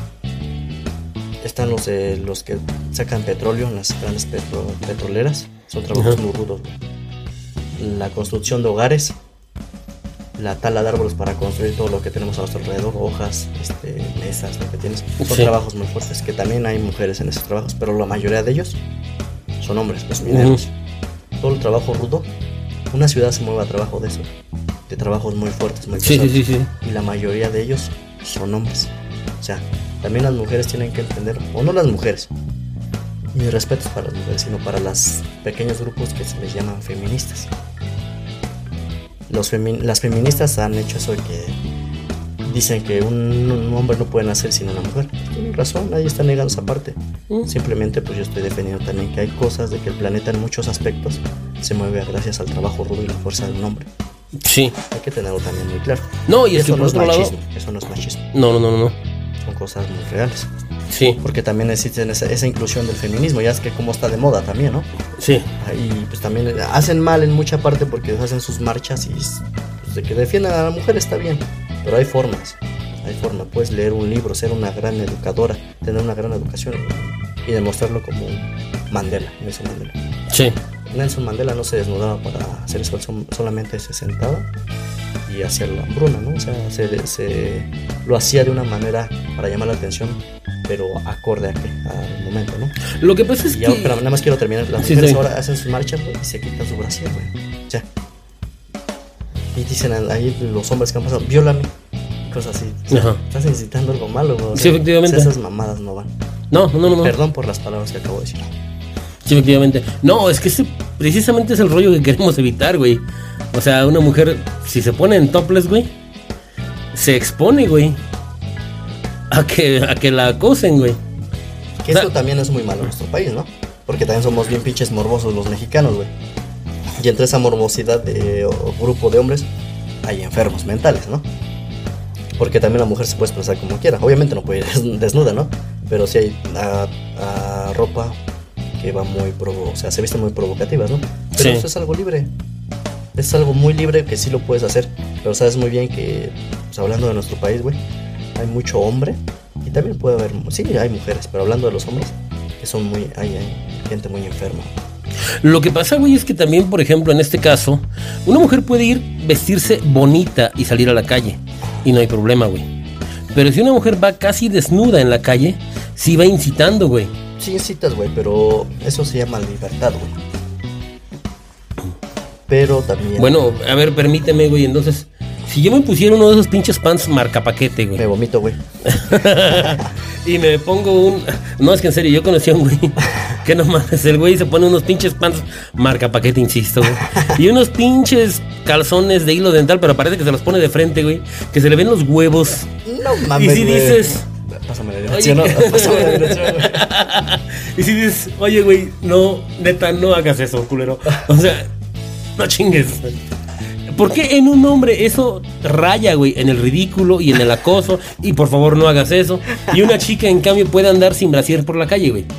Speaker 5: Están los que sacan petróleo en las grandes petroleras, son trabajos muy rudos, güey. La construcción de hogares, la tala de árboles para construir todo lo que tenemos a nuestro alrededor, hojas, mesas, lo que tienes, son trabajos muy fuertes, que también hay mujeres en esos trabajos, pero la mayoría de ellos son hombres, los mineros. Todo el trabajo rudo una ciudad se mueve a trabajo de eso, de trabajos muy fuertes, muy
Speaker 4: Sí,
Speaker 5: pesados.
Speaker 4: sí.
Speaker 5: Y la mayoría de ellos son hombres. O sea, también las mujeres tienen que entender, o no las mujeres, mis respetos para las mujeres, sino para los pequeños grupos que se les llaman feministas. Las feministas han hecho eso de que dicen que un hombre no puede nacer sin una mujer. Tienen razón, nadie está negando esa parte. Simplemente pues yo estoy defendiendo también que hay cosas de que el planeta en muchos aspectos se mueve gracias al trabajo rudo y la fuerza de un hombre.
Speaker 4: Sí.
Speaker 5: Hay que tenerlo también muy claro.
Speaker 4: No, y es que
Speaker 5: eso
Speaker 4: por
Speaker 5: no es
Speaker 4: otro lado...
Speaker 5: machismo, eso no es machismo,
Speaker 4: No.
Speaker 5: son cosas muy reales.
Speaker 4: Sí,
Speaker 5: Porque también existe esa inclusión del feminismo, ya es que como está de moda también, ¿no?
Speaker 4: sí.
Speaker 5: Y pues también hacen mal en mucha parte porque hacen sus marchas y pues, de que defiendan a la mujer está bien, pero hay formas, puedes leer un libro, ser una gran educadora, tener una gran educación y demostrarlo como Mandela, Nelson Mandela.
Speaker 4: Sí.
Speaker 5: Nelson Mandela no se desnudaba para hacer eso, solamente se sentaba y hacía la hambruna, ¿no? O sea, se lo hacía de una manera para llamar la atención, pero acorde al momento, ¿no?
Speaker 4: Lo que pasa es
Speaker 5: Y
Speaker 4: que...
Speaker 5: ya, pero nada más quiero terminar. Las
Speaker 4: Sí,
Speaker 5: mujeres
Speaker 4: sí.
Speaker 5: ahora hacen sus marchas, güey, y se quitan su brasier, güey. Ya. Y dicen ahí los hombres que han pasado, viólame. Cosas así. O sea,
Speaker 4: Ajá.
Speaker 5: estás incitando algo malo, güey. O
Speaker 4: Sí,
Speaker 5: sea,
Speaker 4: efectivamente.
Speaker 5: Esas mamadas no van.
Speaker 4: No.
Speaker 5: Perdón por las palabras que acabo de decir.
Speaker 4: Sí, efectivamente. No, es que ese precisamente es el rollo que queremos evitar, güey. O sea, una mujer, si se pone en topless, güey, se expone, güey, a que la acosen, güey.
Speaker 5: Que
Speaker 4: O sea,
Speaker 5: esto también es muy malo en nuestro país, ¿no? Porque también somos bien pinches morbosos los mexicanos, güey. Y entre esa morbosidad de grupo de hombres hay enfermos mentales, ¿no? Porque también la mujer se puede expresar como quiera. Obviamente no puede ir desnuda, ¿no? Pero sí hay ropa que va muy o sea, se visten muy provocativas, ¿no? Pero
Speaker 4: Sí.
Speaker 5: eso es algo libre. Es algo muy libre que sí lo puedes hacer. Pero sabes muy bien que, pues, hablando de nuestro país, güey, hay mucho hombre. Y también puede haber, sí, hay mujeres, pero hablando de los hombres, que son hay gente muy enferma.
Speaker 4: Lo que pasa, güey, es que también, por ejemplo, en este caso, una mujer puede ir, vestirse bonita y salir a la calle. Y no hay problema, güey. Pero si una mujer va casi desnuda en la calle, sí va incitando, güey.
Speaker 5: Sí incitas, güey, pero eso se llama libertad, güey. Pero también...
Speaker 4: Bueno, a ver, permíteme, güey, entonces... Si yo me pusiera uno de esos pinches pants marca paquete, güey.
Speaker 5: Me vomito, güey.
Speaker 4: Y me pongo un... No, es que en serio, yo conocí a un güey que no mames, el güey se pone unos pinches pants marca paquete, insisto, güey. Y unos pinches calzones de hilo dental, pero parece que se los pone de frente, güey. Que se le ven los huevos.
Speaker 5: No mames,
Speaker 4: Y si
Speaker 5: güey.
Speaker 4: dices...
Speaker 5: Pásame la dirección, ¿no? Pásame la dirección, güey.
Speaker 4: Y si dices, oye, güey, no, neta, no hagas eso, culero. O sea, no chingues. ¿Por qué en un hombre eso raya, güey, en el ridículo y en el acoso? Y por favor no hagas eso. Y una chica, en cambio, puede andar sin brasier por la calle, güey.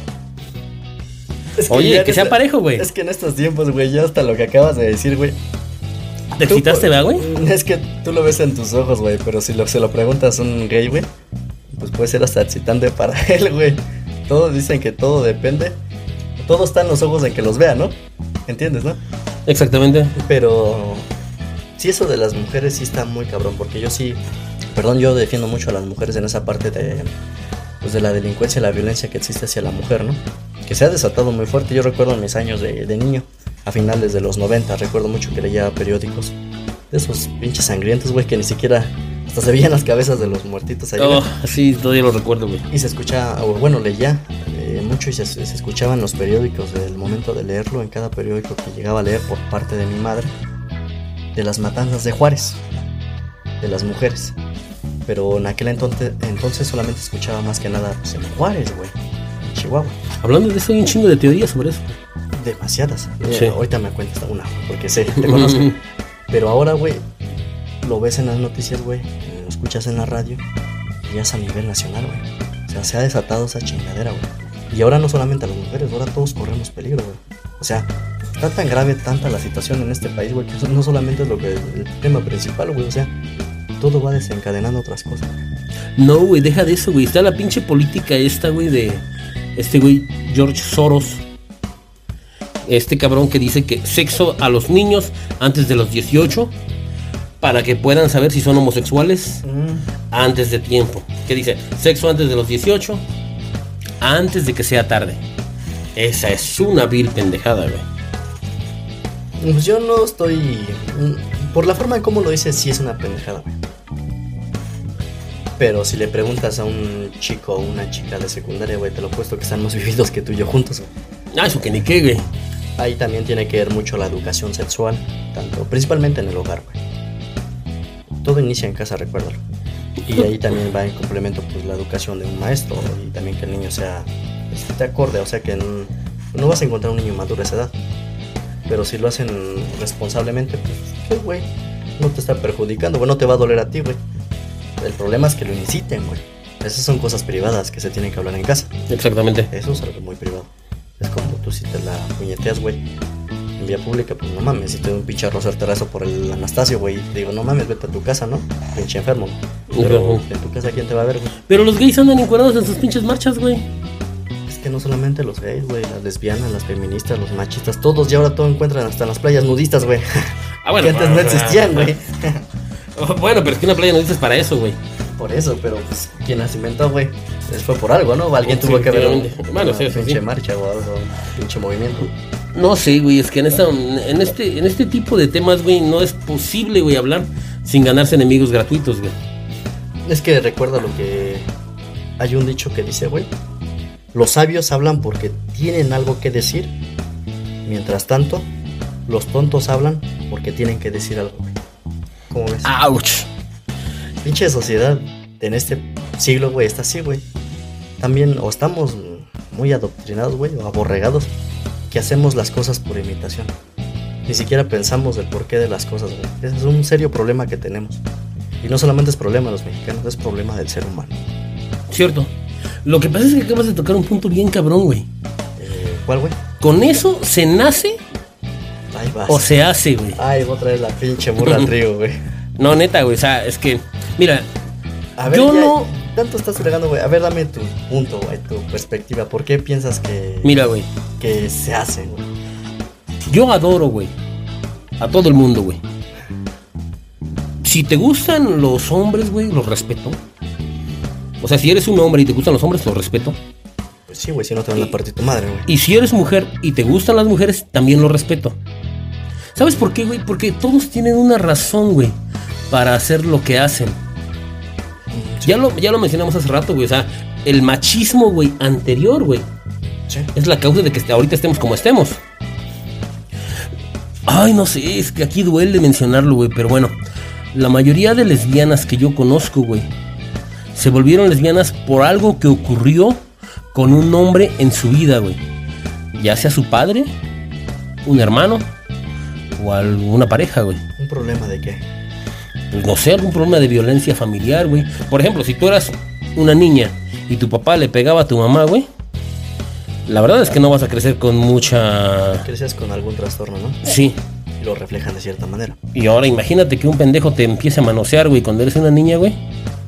Speaker 5: Es
Speaker 4: Oye,
Speaker 5: ya
Speaker 4: que
Speaker 5: en
Speaker 4: sea parejo, güey.
Speaker 5: Es que en estos tiempos, güey, ya hasta lo que acabas de decir, güey.
Speaker 4: ¿Te
Speaker 5: Tú,
Speaker 4: excitaste, verdad, güey?
Speaker 5: Es que tú lo ves en tus ojos, güey, pero si se lo preguntas a un gay, güey, pues puede ser hasta excitante para él, güey. Todos dicen que todo depende. Todo está en los ojos en que los vea, ¿no? ¿Entiendes, no?
Speaker 4: Exactamente.
Speaker 5: Pero sí, eso de las mujeres sí está muy cabrón, porque yo defiendo mucho a las mujeres en esa parte pues de la delincuencia y la violencia que existe hacia la mujer, ¿no? Que se ha desatado muy fuerte. Yo recuerdo en mis años de niño, a finales de los 90, recuerdo mucho que leía periódicos de esos pinches sangrientos, güey, que ni siquiera hasta se veían las cabezas de los muertitos ahí.
Speaker 4: Oh, sí, todavía lo recuerdo, güey.
Speaker 5: Y se escuchaba, o bueno, leía mucho y se escuchaban los periódicos del momento de leerlo, en cada periódico que llegaba a leer por parte de mi madre, de las matanzas de Juárez, de las mujeres. Pero en aquel entonces solamente escuchaba más que nada pues, en Juárez, güey, en Chihuahua.
Speaker 4: Hablando de eso, hay un chingo de teorías sobre eso.
Speaker 5: Demasiadas.
Speaker 4: Sí.
Speaker 5: Ahorita me cuentas una, porque sé, te conozco. Pero ahora, güey, lo ves en las noticias, güey, lo escuchas en la radio, y ya es a nivel nacional, güey. O sea, se ha desatado esa chingadera, güey. Y ahora no solamente a las mujeres, ahora todos corremos peligro, güey. O sea, está tan grave, tanta la situación en este país, güey, que eso no solamente es el tema principal, güey. O sea, todo va desencadenando otras cosas.
Speaker 4: No, güey, deja de eso, güey. Está la pinche política esta, güey, de este güey, George Soros. Este cabrón que dice que sexo a los niños antes de los 18 para que puedan saber si son homosexuales antes de tiempo. ¿Qué dice? Sexo antes de los 18 antes de que sea tarde. Esa es una vil pendejada, güey.
Speaker 5: Pues yo no estoy... Por la forma en cómo lo dices, sí es una pendejada, güey. Pero si le preguntas a un chico o una chica de secundaria, güey, te lo apuesto que están más vividos que tú y yo juntos, güey.
Speaker 4: Eso que ni qué, güey.
Speaker 5: Ahí también tiene que ver mucho la educación sexual, principalmente en el hogar, güey. Todo inicia en casa, recuérdalo. Y ahí también va en complemento pues la educación de un maestro y también que el niño sea esté acorde, o sea que no vas a encontrar un niño maduro a esa edad. Pero si lo hacen responsablemente, pues qué güey, no te está perjudicando, güey, no te va a doler a ti, güey. El problema es que lo inciten, güey. Esas son cosas privadas que se tienen que hablar en casa.
Speaker 4: Exactamente.
Speaker 5: Eso es algo muy privado. Es como tú si te la puñeteas, güey, en vía pública, pues no mames. Si te doy un pinche rocerterazo por el Anastasio, güey, y te digo, no mames, vete a tu casa, ¿no? Pinche enfermo. Pero en tu casa, ¿quién te va a ver, güey?
Speaker 4: Pero los gays andan encuadrados en sus pinches marchas, güey.
Speaker 5: Es que no solamente los gays, güey, las lesbianas, las feministas, los machistas, todos ya ahora todo encuentran hasta en las playas nudistas, güey.
Speaker 4: Ah, bueno.
Speaker 5: Que antes no existían, güey.
Speaker 4: Bueno, pero es que una playa nudista es para eso, güey.
Speaker 5: Por eso, pero pues quien las inventó, güey, fue por algo, ¿no? Alguien tuvo que ver
Speaker 4: bueno, sí,
Speaker 5: pinche
Speaker 4: sí.
Speaker 5: marcha o algo, pinche movimiento.
Speaker 4: No sé, güey, es que en este tipo de temas, güey, no es posible, güey, hablar sin ganarse enemigos gratuitos, güey.
Speaker 5: Es que recuerda lo que... Hay un dicho que dice, güey, los sabios hablan porque tienen algo que decir. Mientras tanto, los tontos hablan porque tienen que decir algo, güey. ¿Cómo ves?
Speaker 4: ¡Auch!
Speaker 5: Pinche sociedad en este siglo, güey, está así, güey. También, o estamos muy adoctrinados, güey, o aborregados, que hacemos las cosas por imitación. Ni siquiera pensamos el porqué de las cosas, güey. Ese es un serio problema que tenemos. Y no solamente es problema de los mexicanos, es problema del ser humano.
Speaker 4: Cierto. Lo que pasa es que acabas de tocar un punto bien cabrón, güey.
Speaker 5: ¿Cuál, güey?
Speaker 4: ¿Con eso se nace
Speaker 5: Ahí vas.
Speaker 4: o se hace, güey?
Speaker 5: Ay, voy a traer la pinche burra al río, güey.
Speaker 4: No, neta, güey, o sea, es que... Mira,
Speaker 5: a ver,
Speaker 4: yo
Speaker 5: ya,
Speaker 4: no...
Speaker 5: Tanto estás fregando, güey. A ver, dame tu punto, güey, tu perspectiva. ¿Por qué piensas que...
Speaker 4: Mira, güey.
Speaker 5: Que se hace, güey?
Speaker 4: Yo adoro, güey, a todo el mundo, güey. Si te gustan los hombres, güey, los respeto. O sea, si eres un hombre y te gustan los hombres, los respeto.
Speaker 5: Pues sí, güey, si no te van a partir tu madre, güey.
Speaker 4: Y si eres mujer y te gustan las mujeres, también los respeto. ¿Sabes por qué, güey? Porque todos tienen una razón, güey, para hacer lo que hacen. Sí. Ya lo mencionamos hace rato, güey. O sea, el machismo, güey, anterior, güey, sí, es la causa de que ahorita estemos como estemos. Ay, no sé, es que aquí duele mencionarlo, güey, pero bueno. La mayoría de lesbianas que yo conozco, güey, se volvieron lesbianas por algo que ocurrió con un hombre en su vida, güey. Ya sea su padre, un hermano o alguna pareja, güey.
Speaker 5: ¿Un problema de qué?
Speaker 4: Pues no sé, algún problema de violencia familiar, güey. Por ejemplo, si tú eras una niña y tu papá le pegaba a tu mamá, güey, la verdad es que no vas a crecer con mucha...
Speaker 5: Creces con algún trastorno, ¿no?
Speaker 4: Sí.
Speaker 5: Y lo reflejan de cierta manera.
Speaker 4: Y ahora imagínate que un pendejo te empiece a manosear, güey, cuando eres una niña, güey.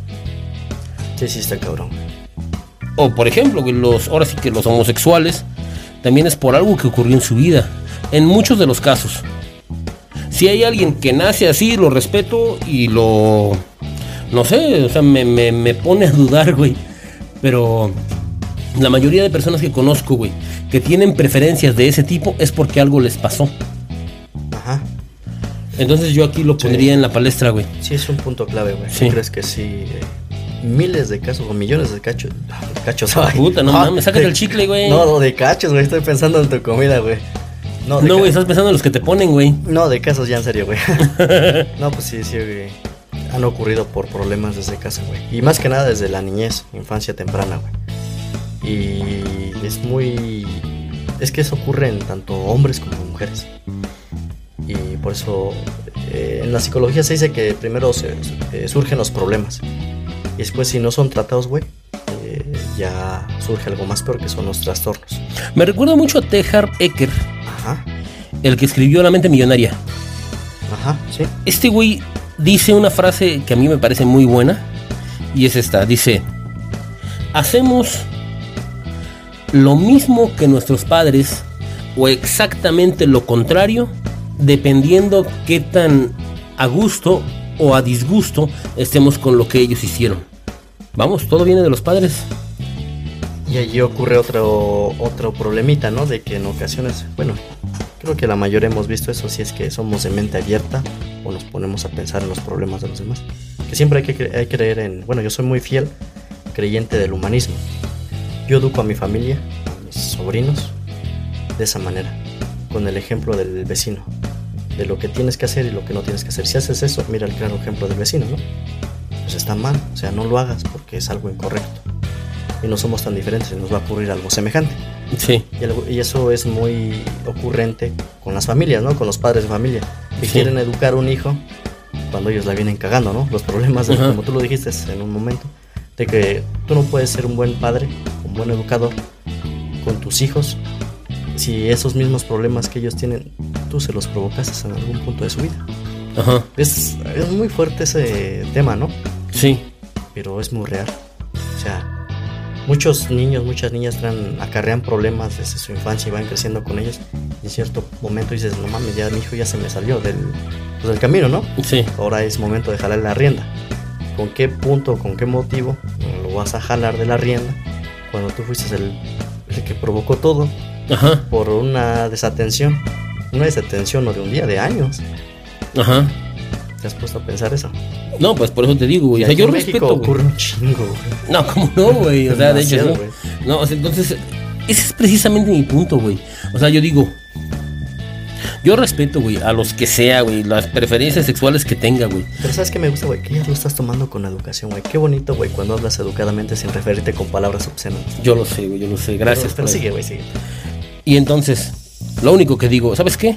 Speaker 5: Sí, sí, está cabrón.
Speaker 4: O por ejemplo, güey, ahora sí que los homosexuales también es por algo que ocurrió en su vida. En muchos de los casos. Si hay alguien que nace así, lo respeto y lo... No sé, o sea, me pone a dudar, güey. Pero la mayoría de personas que conozco, güey, que tienen preferencias de ese tipo es porque algo les pasó.
Speaker 5: Ajá.
Speaker 4: Entonces yo aquí lo pondría en la palestra, güey.
Speaker 5: Sí, es un punto clave, güey.
Speaker 4: Sí.
Speaker 5: ¿Tú crees que sí? Miles de casos o millones de cachos.
Speaker 4: Ay, puta, no mames, sácate el chicle, güey.
Speaker 5: No, de cachos, güey. Estoy pensando en tu comida, güey.
Speaker 4: No, güey, estás pensando en los que te ponen, güey.
Speaker 5: No, de casos ya en serio, güey. No, pues sí, güey. Han ocurrido por problemas desde casa, güey. Y más que nada desde la niñez, infancia temprana, güey. Y es muy... Es que eso ocurre en tanto hombres como mujeres. Y por eso en la psicología se dice que primero surgen los problemas. Y después si no son tratados, güey, ya surge algo más peor, que son los trastornos.
Speaker 4: Me recuerda mucho a T. Harv Eker.
Speaker 5: Ajá.
Speaker 4: El que escribió La mente millonaria.
Speaker 5: Ajá, sí.
Speaker 4: Este güey dice una frase que a mí me parece muy buena. Y es esta, dice: hacemos lo mismo que nuestros padres o exactamente lo contrario, dependiendo qué tan a gusto o a disgusto estemos con lo que ellos hicieron. Vamos, todo viene de los padres. Y
Speaker 5: allí ocurre otro problemita, ¿no? De que en ocasiones, bueno, Creo que la mayoría hemos visto eso, si es que somos de mente abierta o nos ponemos a pensar en los problemas de los demás. Que siempre hay que creer en... Bueno, yo soy muy fiel creyente del humanismo. Yo educo a mi familia, a mis sobrinos, de esa manera, con el ejemplo del vecino, de lo que tienes que hacer y lo que no tienes que hacer. Si haces eso, mira el claro ejemplo del vecino, ¿no? Pues está mal, o sea, no lo hagas porque es algo incorrecto. Y no somos tan diferentes y nos va a ocurrir algo semejante.
Speaker 4: Sí.
Speaker 5: Y eso es muy ocurrente con las familias, ¿no? Con los padres de familia, que
Speaker 4: Sí.
Speaker 5: quieren educar a un hijo cuando ellos la vienen cagando, ¿no? Los problemas,
Speaker 4: Ajá.
Speaker 5: como tú lo dijiste en un momento, de que tú no puedes ser un buen padre, un buen educador con tus hijos si esos mismos problemas que ellos tienen, tú se los provocaste en algún punto de su vida.
Speaker 4: Ajá.
Speaker 5: Es muy fuerte ese tema, ¿no?
Speaker 4: Sí.
Speaker 5: Pero es muy real. O sea, muchos niños, muchas niñas acarrean problemas desde su infancia y van creciendo con ellos. Y en cierto momento dices, no mames, ya mi hijo ya se me salió del camino, ¿no?
Speaker 4: Sí.
Speaker 5: Ahora es momento de jalarle la rienda. ¿Con qué punto, con qué motivo lo vas a jalar de la rienda cuando tú fuiste el que provocó todo
Speaker 4: Ajá.
Speaker 5: por una desatención? Una desatención no de un día, de años.
Speaker 4: Ajá.
Speaker 5: ¿Te has puesto a pensar eso?
Speaker 4: No, pues por eso te digo, güey.
Speaker 5: Y
Speaker 4: O sea,
Speaker 5: aquí
Speaker 4: yo
Speaker 5: en México
Speaker 4: respeto, güey.
Speaker 5: ocurre un chingo, güey.
Speaker 4: No, ¿cómo no, güey? O sea, de hecho,
Speaker 5: Demasiado,
Speaker 4: no.
Speaker 5: güey.
Speaker 4: No, o sea, entonces, ese es precisamente mi punto, güey. O sea, yo digo, yo respeto, güey, a los que sea, güey, las preferencias sexuales que tenga, güey.
Speaker 5: Pero ¿sabes qué me gusta, güey? Que ya lo estás tomando con educación, güey. Qué bonito, güey, cuando hablas educadamente sin referirte con palabras obscenas.
Speaker 4: Yo lo sé, güey, yo lo sé. Gracias.
Speaker 5: Pero
Speaker 4: por
Speaker 5: sigue,
Speaker 4: eso.
Speaker 5: güey, sigue.
Speaker 4: Y entonces, lo único que digo, ¿sabes qué?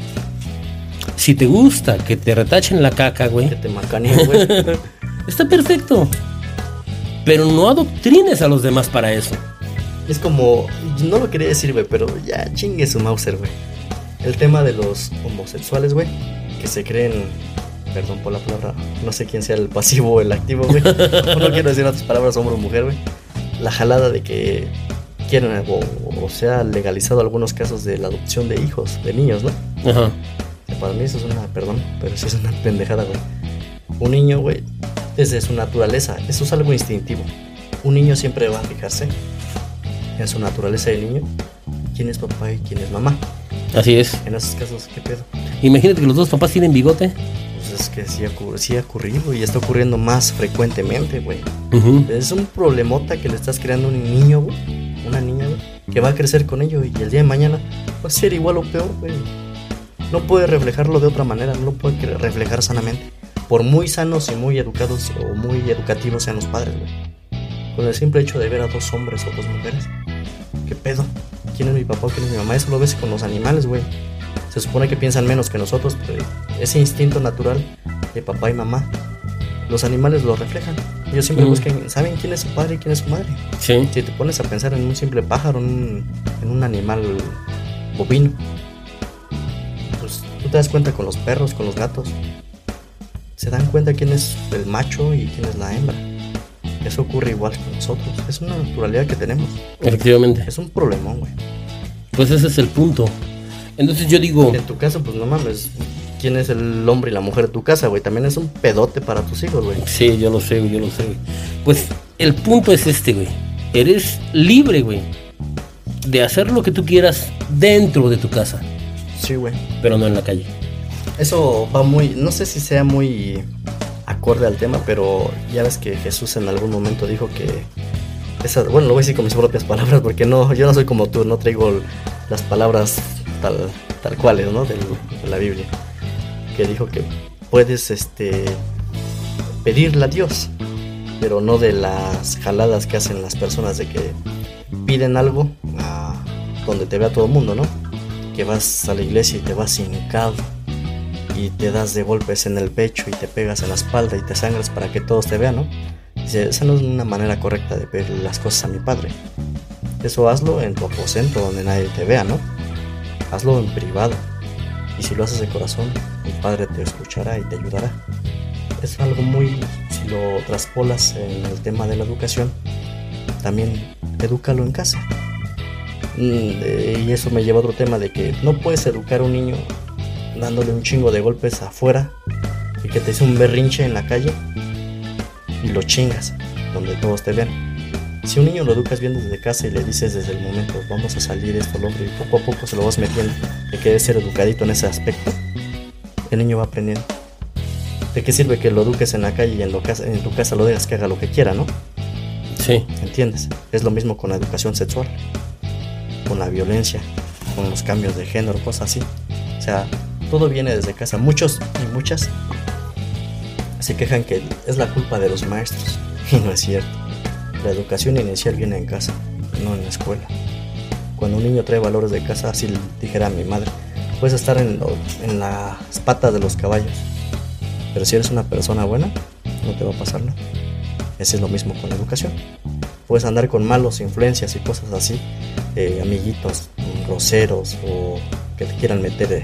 Speaker 4: Si te gusta que te retachen la caca, güey,
Speaker 5: Que te macaneen, güey.
Speaker 4: está perfecto. Pero no adoctrines a los demás para eso.
Speaker 5: Es como, no lo quería decir, güey, pero ya chingue su Mauser, güey. El tema de los homosexuales, güey, que se creen, perdón por la palabra, no sé quién sea el pasivo o el activo, güey. No quiero decir otras palabras, hombre o mujer, güey. La jalada de que quieren, o sea, legalizado algunos casos de la adopción de hijos, de niños, ¿no?
Speaker 4: Ajá.
Speaker 5: Para mí eso es una, perdón, pero sí es una pendejada, güey. Un niño, güey, desde su naturaleza, eso es algo instintivo. Un niño siempre va a fijarse en su naturaleza de niño, quién es papá y quién es mamá.
Speaker 4: Así es.
Speaker 5: En esos casos, ¿qué pedo?
Speaker 4: Imagínate que los dos papás tienen bigote.
Speaker 5: Pues es que sí ha ocurrido y está ocurriendo más frecuentemente, güey.
Speaker 4: Ujú.
Speaker 5: Es un problemota que le estás creando a un niño, güey, una niña, güey, que va a crecer con ello y el día de mañana va a ser igual o peor, güey. No puede reflejarlo de otra manera, no lo puede reflejar sanamente. Por muy sanos y muy educados o muy educativos sean los padres, güey. Con el simple hecho de ver a dos hombres o dos mujeres. ¿Qué pedo? ¿Quién es mi papá o quién es mi mamá? Eso lo ves con los animales, güey. Se supone que piensan menos que nosotros, pero ese instinto natural de papá y mamá, los animales lo reflejan. Ellos siempre buscan, saben quién es su padre y quién es su madre.
Speaker 4: Sí.
Speaker 5: Si te pones a pensar en un simple pájaro, en un animal bovino, pues tú te das cuenta con los perros, con los gatos. Se dan cuenta quién es el macho y quién es la hembra. Eso ocurre igual con nosotros. Es una naturalidad que tenemos.
Speaker 4: Efectivamente.
Speaker 5: Es un problemón, güey.
Speaker 4: Pues ese es el punto. Entonces yo digo,
Speaker 5: En tu caso, pues no mames, ¿quién es el hombre y la mujer de tu casa, güey? También es un pedote para tus hijos, güey.
Speaker 4: sí, yo lo sé, güey, yo lo sé, güey. Pues el punto es este, güey. Eres libre, güey, de hacer lo que tú quieras dentro de tu casa,
Speaker 5: Sí, güey.
Speaker 4: pero no en la calle.
Speaker 5: Eso va muy, no sé si sea muy acorde al tema, pero ya ves que Jesús en algún momento dijo que bueno, lo voy a decir con mis propias palabras porque no, yo no soy como tú, no traigo las palabras tal cuales, ¿no? De la Biblia. Que dijo que puedes pedirle a Dios, pero no de las jaladas que hacen las personas de que piden algo donde te vea todo el mundo, ¿no? Que vas a la iglesia y te vas hincado y te das de golpes en el pecho y te pegas en la espalda y te sangras para que todos te vean, ¿no? Dice, esa no es una manera correcta de pedir las cosas a mi padre. Eso hazlo en tu aposento donde nadie te vea, ¿no? Hazlo en privado. Y si lo haces de corazón, mi padre te escuchará y te ayudará. Es algo muy, si lo traspolas en el tema de la educación, también edúcalo en casa. Y eso me lleva a otro tema de que no puedes educar a un niño dándole un chingo de golpes afuera y que te hizo un berrinche en la calle y lo chingas donde todos te ven. Si un niño lo educas bien desde casa y le dices desde el momento, vamos a salir esto, lo otro, y poco a poco se lo vas metiendo de que debe ser educadito en ese aspecto, el niño va aprendiendo. ¿De qué sirve que lo eduques en la calle y en tu casa lo dejas que haga lo que quiera, no?
Speaker 4: Sí.
Speaker 5: ¿Entiendes? Es lo mismo con la educación sexual, con la violencia, con los cambios de género, cosas así. O sea, todo viene desde casa. Muchos y muchas se quejan que es la culpa de los maestros, y no es cierto. La educación inicial viene en casa, no en la escuela. Cuando un niño trae valores de casa, así dijera mi madre, puedes estar en las patas de los caballos, pero si eres una persona buena, no te va a pasar nada. Ese es lo mismo con la educación. Puedes andar con malos influencias y cosas así, amiguitos groseros o que te quieran meter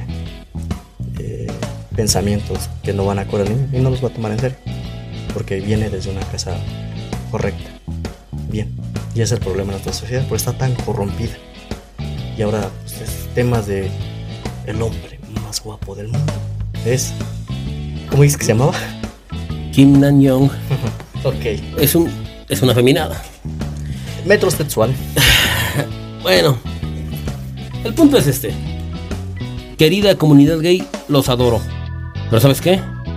Speaker 5: pensamientos que no van a correr al niño y no los va a tomar en serio, porque viene desde una casa correcta. Bien, y ese es el problema de nuestra sociedad, porque está tan corrompida. Y ahora pues, temas de el hombre más guapo del mundo es, ¿cómo dices que se llamaba?
Speaker 4: Kim Nam-young.
Speaker 5: Ok.
Speaker 4: Es una feminada.
Speaker 5: Metrosexual.
Speaker 4: Bueno, el punto es este. Querida comunidad gay, los adoro. Pero ¿sabes qué?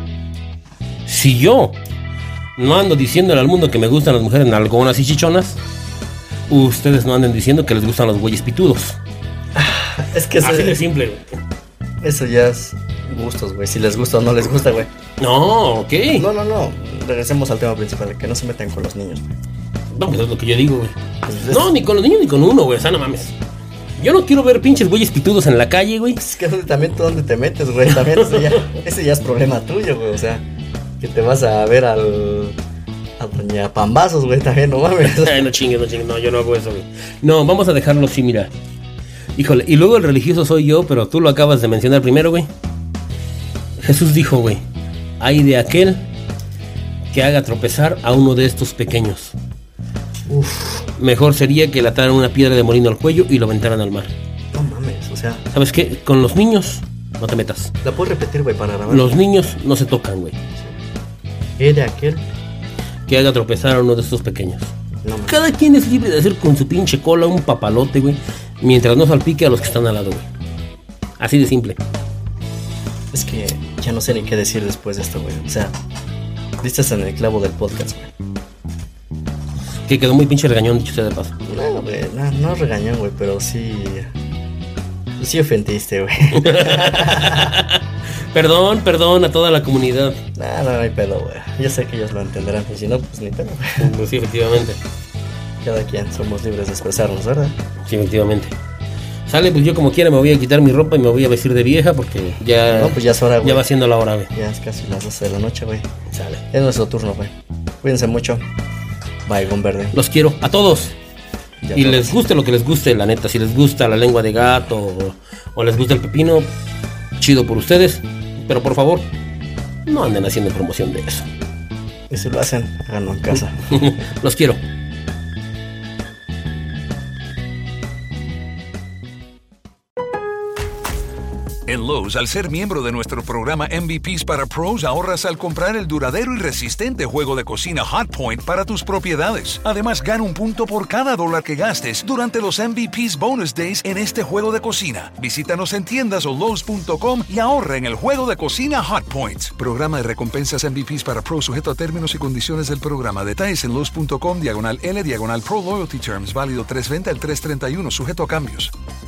Speaker 4: Si yo no ando diciéndole al mundo que me gustan las mujeres nalgonas y chichonas, ustedes no anden diciendo que les gustan los güeyes pitudos.
Speaker 5: Es que
Speaker 4: así de simple, güey.
Speaker 5: Eso ya es gustos, güey. Si les gusta o no les gusta, güey.
Speaker 4: No, ok.
Speaker 5: No. Regresemos al tema principal, que no se metan con los niños, güey.
Speaker 4: No, pues es lo que yo digo, güey. No, ni con los niños ni con uno, güey. O sea, no mames. Yo no quiero ver pinches güeyes pitudos en la calle, güey.
Speaker 5: Es que también tú dónde te metes, güey. También ese ya es problema tuyo, güey. O sea, que te vas a ver a doña Pambazos, güey. También, no mames.
Speaker 4: Ay, no chingues. No, yo no hago eso, güey. No, vamos a dejarlo así, mira. Híjole, y luego el religioso soy yo, pero tú lo acabas de mencionar primero, güey. Jesús dijo, güey, ay de aquel que haga tropezar a uno de estos pequeños.
Speaker 5: Uf.
Speaker 4: Mejor sería que le ataran una piedra de molino al cuello y lo aventaran al mar.
Speaker 5: No mames, o sea.
Speaker 4: ¿Sabes qué? Con los niños no te metas.
Speaker 5: La puedes repetir, güey, para grabar.
Speaker 4: Los niños no se tocan, güey.
Speaker 5: De aquel
Speaker 4: que haga tropezar a uno de estos pequeños.
Speaker 5: No mames.
Speaker 4: Cada quien es libre de hacer con su pinche cola un papalote, güey, mientras no salpique a los que están al lado, güey. Así de simple.
Speaker 5: Es que ya no sé ni qué decir después de esto, güey. O sea, diste en el clavo del podcast, güey.
Speaker 4: Que quedó muy pinche regañón, dicho sea de paso.
Speaker 5: No, güey, no regañón, güey, pero sí. Sí ofendiste, güey.
Speaker 4: Perdón a toda la comunidad.
Speaker 5: No hay pedo, güey. Yo sé que ellos lo entenderán, y si no, pues ni pedo, güey.
Speaker 4: Pues sí, efectivamente.
Speaker 5: Cada quien somos libres de expresarnos, ¿verdad?
Speaker 4: Sí, efectivamente. Sale, pues yo como quiera me voy a quitar mi ropa y me voy a vestir de vieja porque ya...
Speaker 5: No, pues ya es hora, güey.
Speaker 4: Ya va siendo la hora, güey.
Speaker 5: Ya es casi las 12 de la noche, güey.
Speaker 4: Sale.
Speaker 5: Es nuestro turno, güey. Cuídense mucho. Bye, Gon Verde.
Speaker 4: Los quiero a todos.
Speaker 5: Ya
Speaker 4: y
Speaker 5: todos.
Speaker 4: les guste lo que les guste, la neta. Si les gusta la lengua de gato o les gusta el pepino, chido por ustedes. Pero por favor, no anden haciendo promoción de eso.
Speaker 5: Y si lo hacen, háganlo en casa.
Speaker 4: Los quiero.
Speaker 1: En Lowe's, al ser miembro de nuestro programa MVPs para Pros, ahorras al comprar el duradero y resistente juego de cocina Hotpoint para tus propiedades. Además, gana un punto por cada $1 que gastes durante los MVPs Bonus Days en este juego de cocina. Visítanos en tiendas o Lowe's.com y ahorra en el juego de cocina Hotpoint. Programa de recompensas MVPs para Pros sujeto a términos y condiciones del programa. Detalles en Lowe's.com /L/Pro Loyalty Terms. Válido 3/20 al 3/31, sujeto a cambios.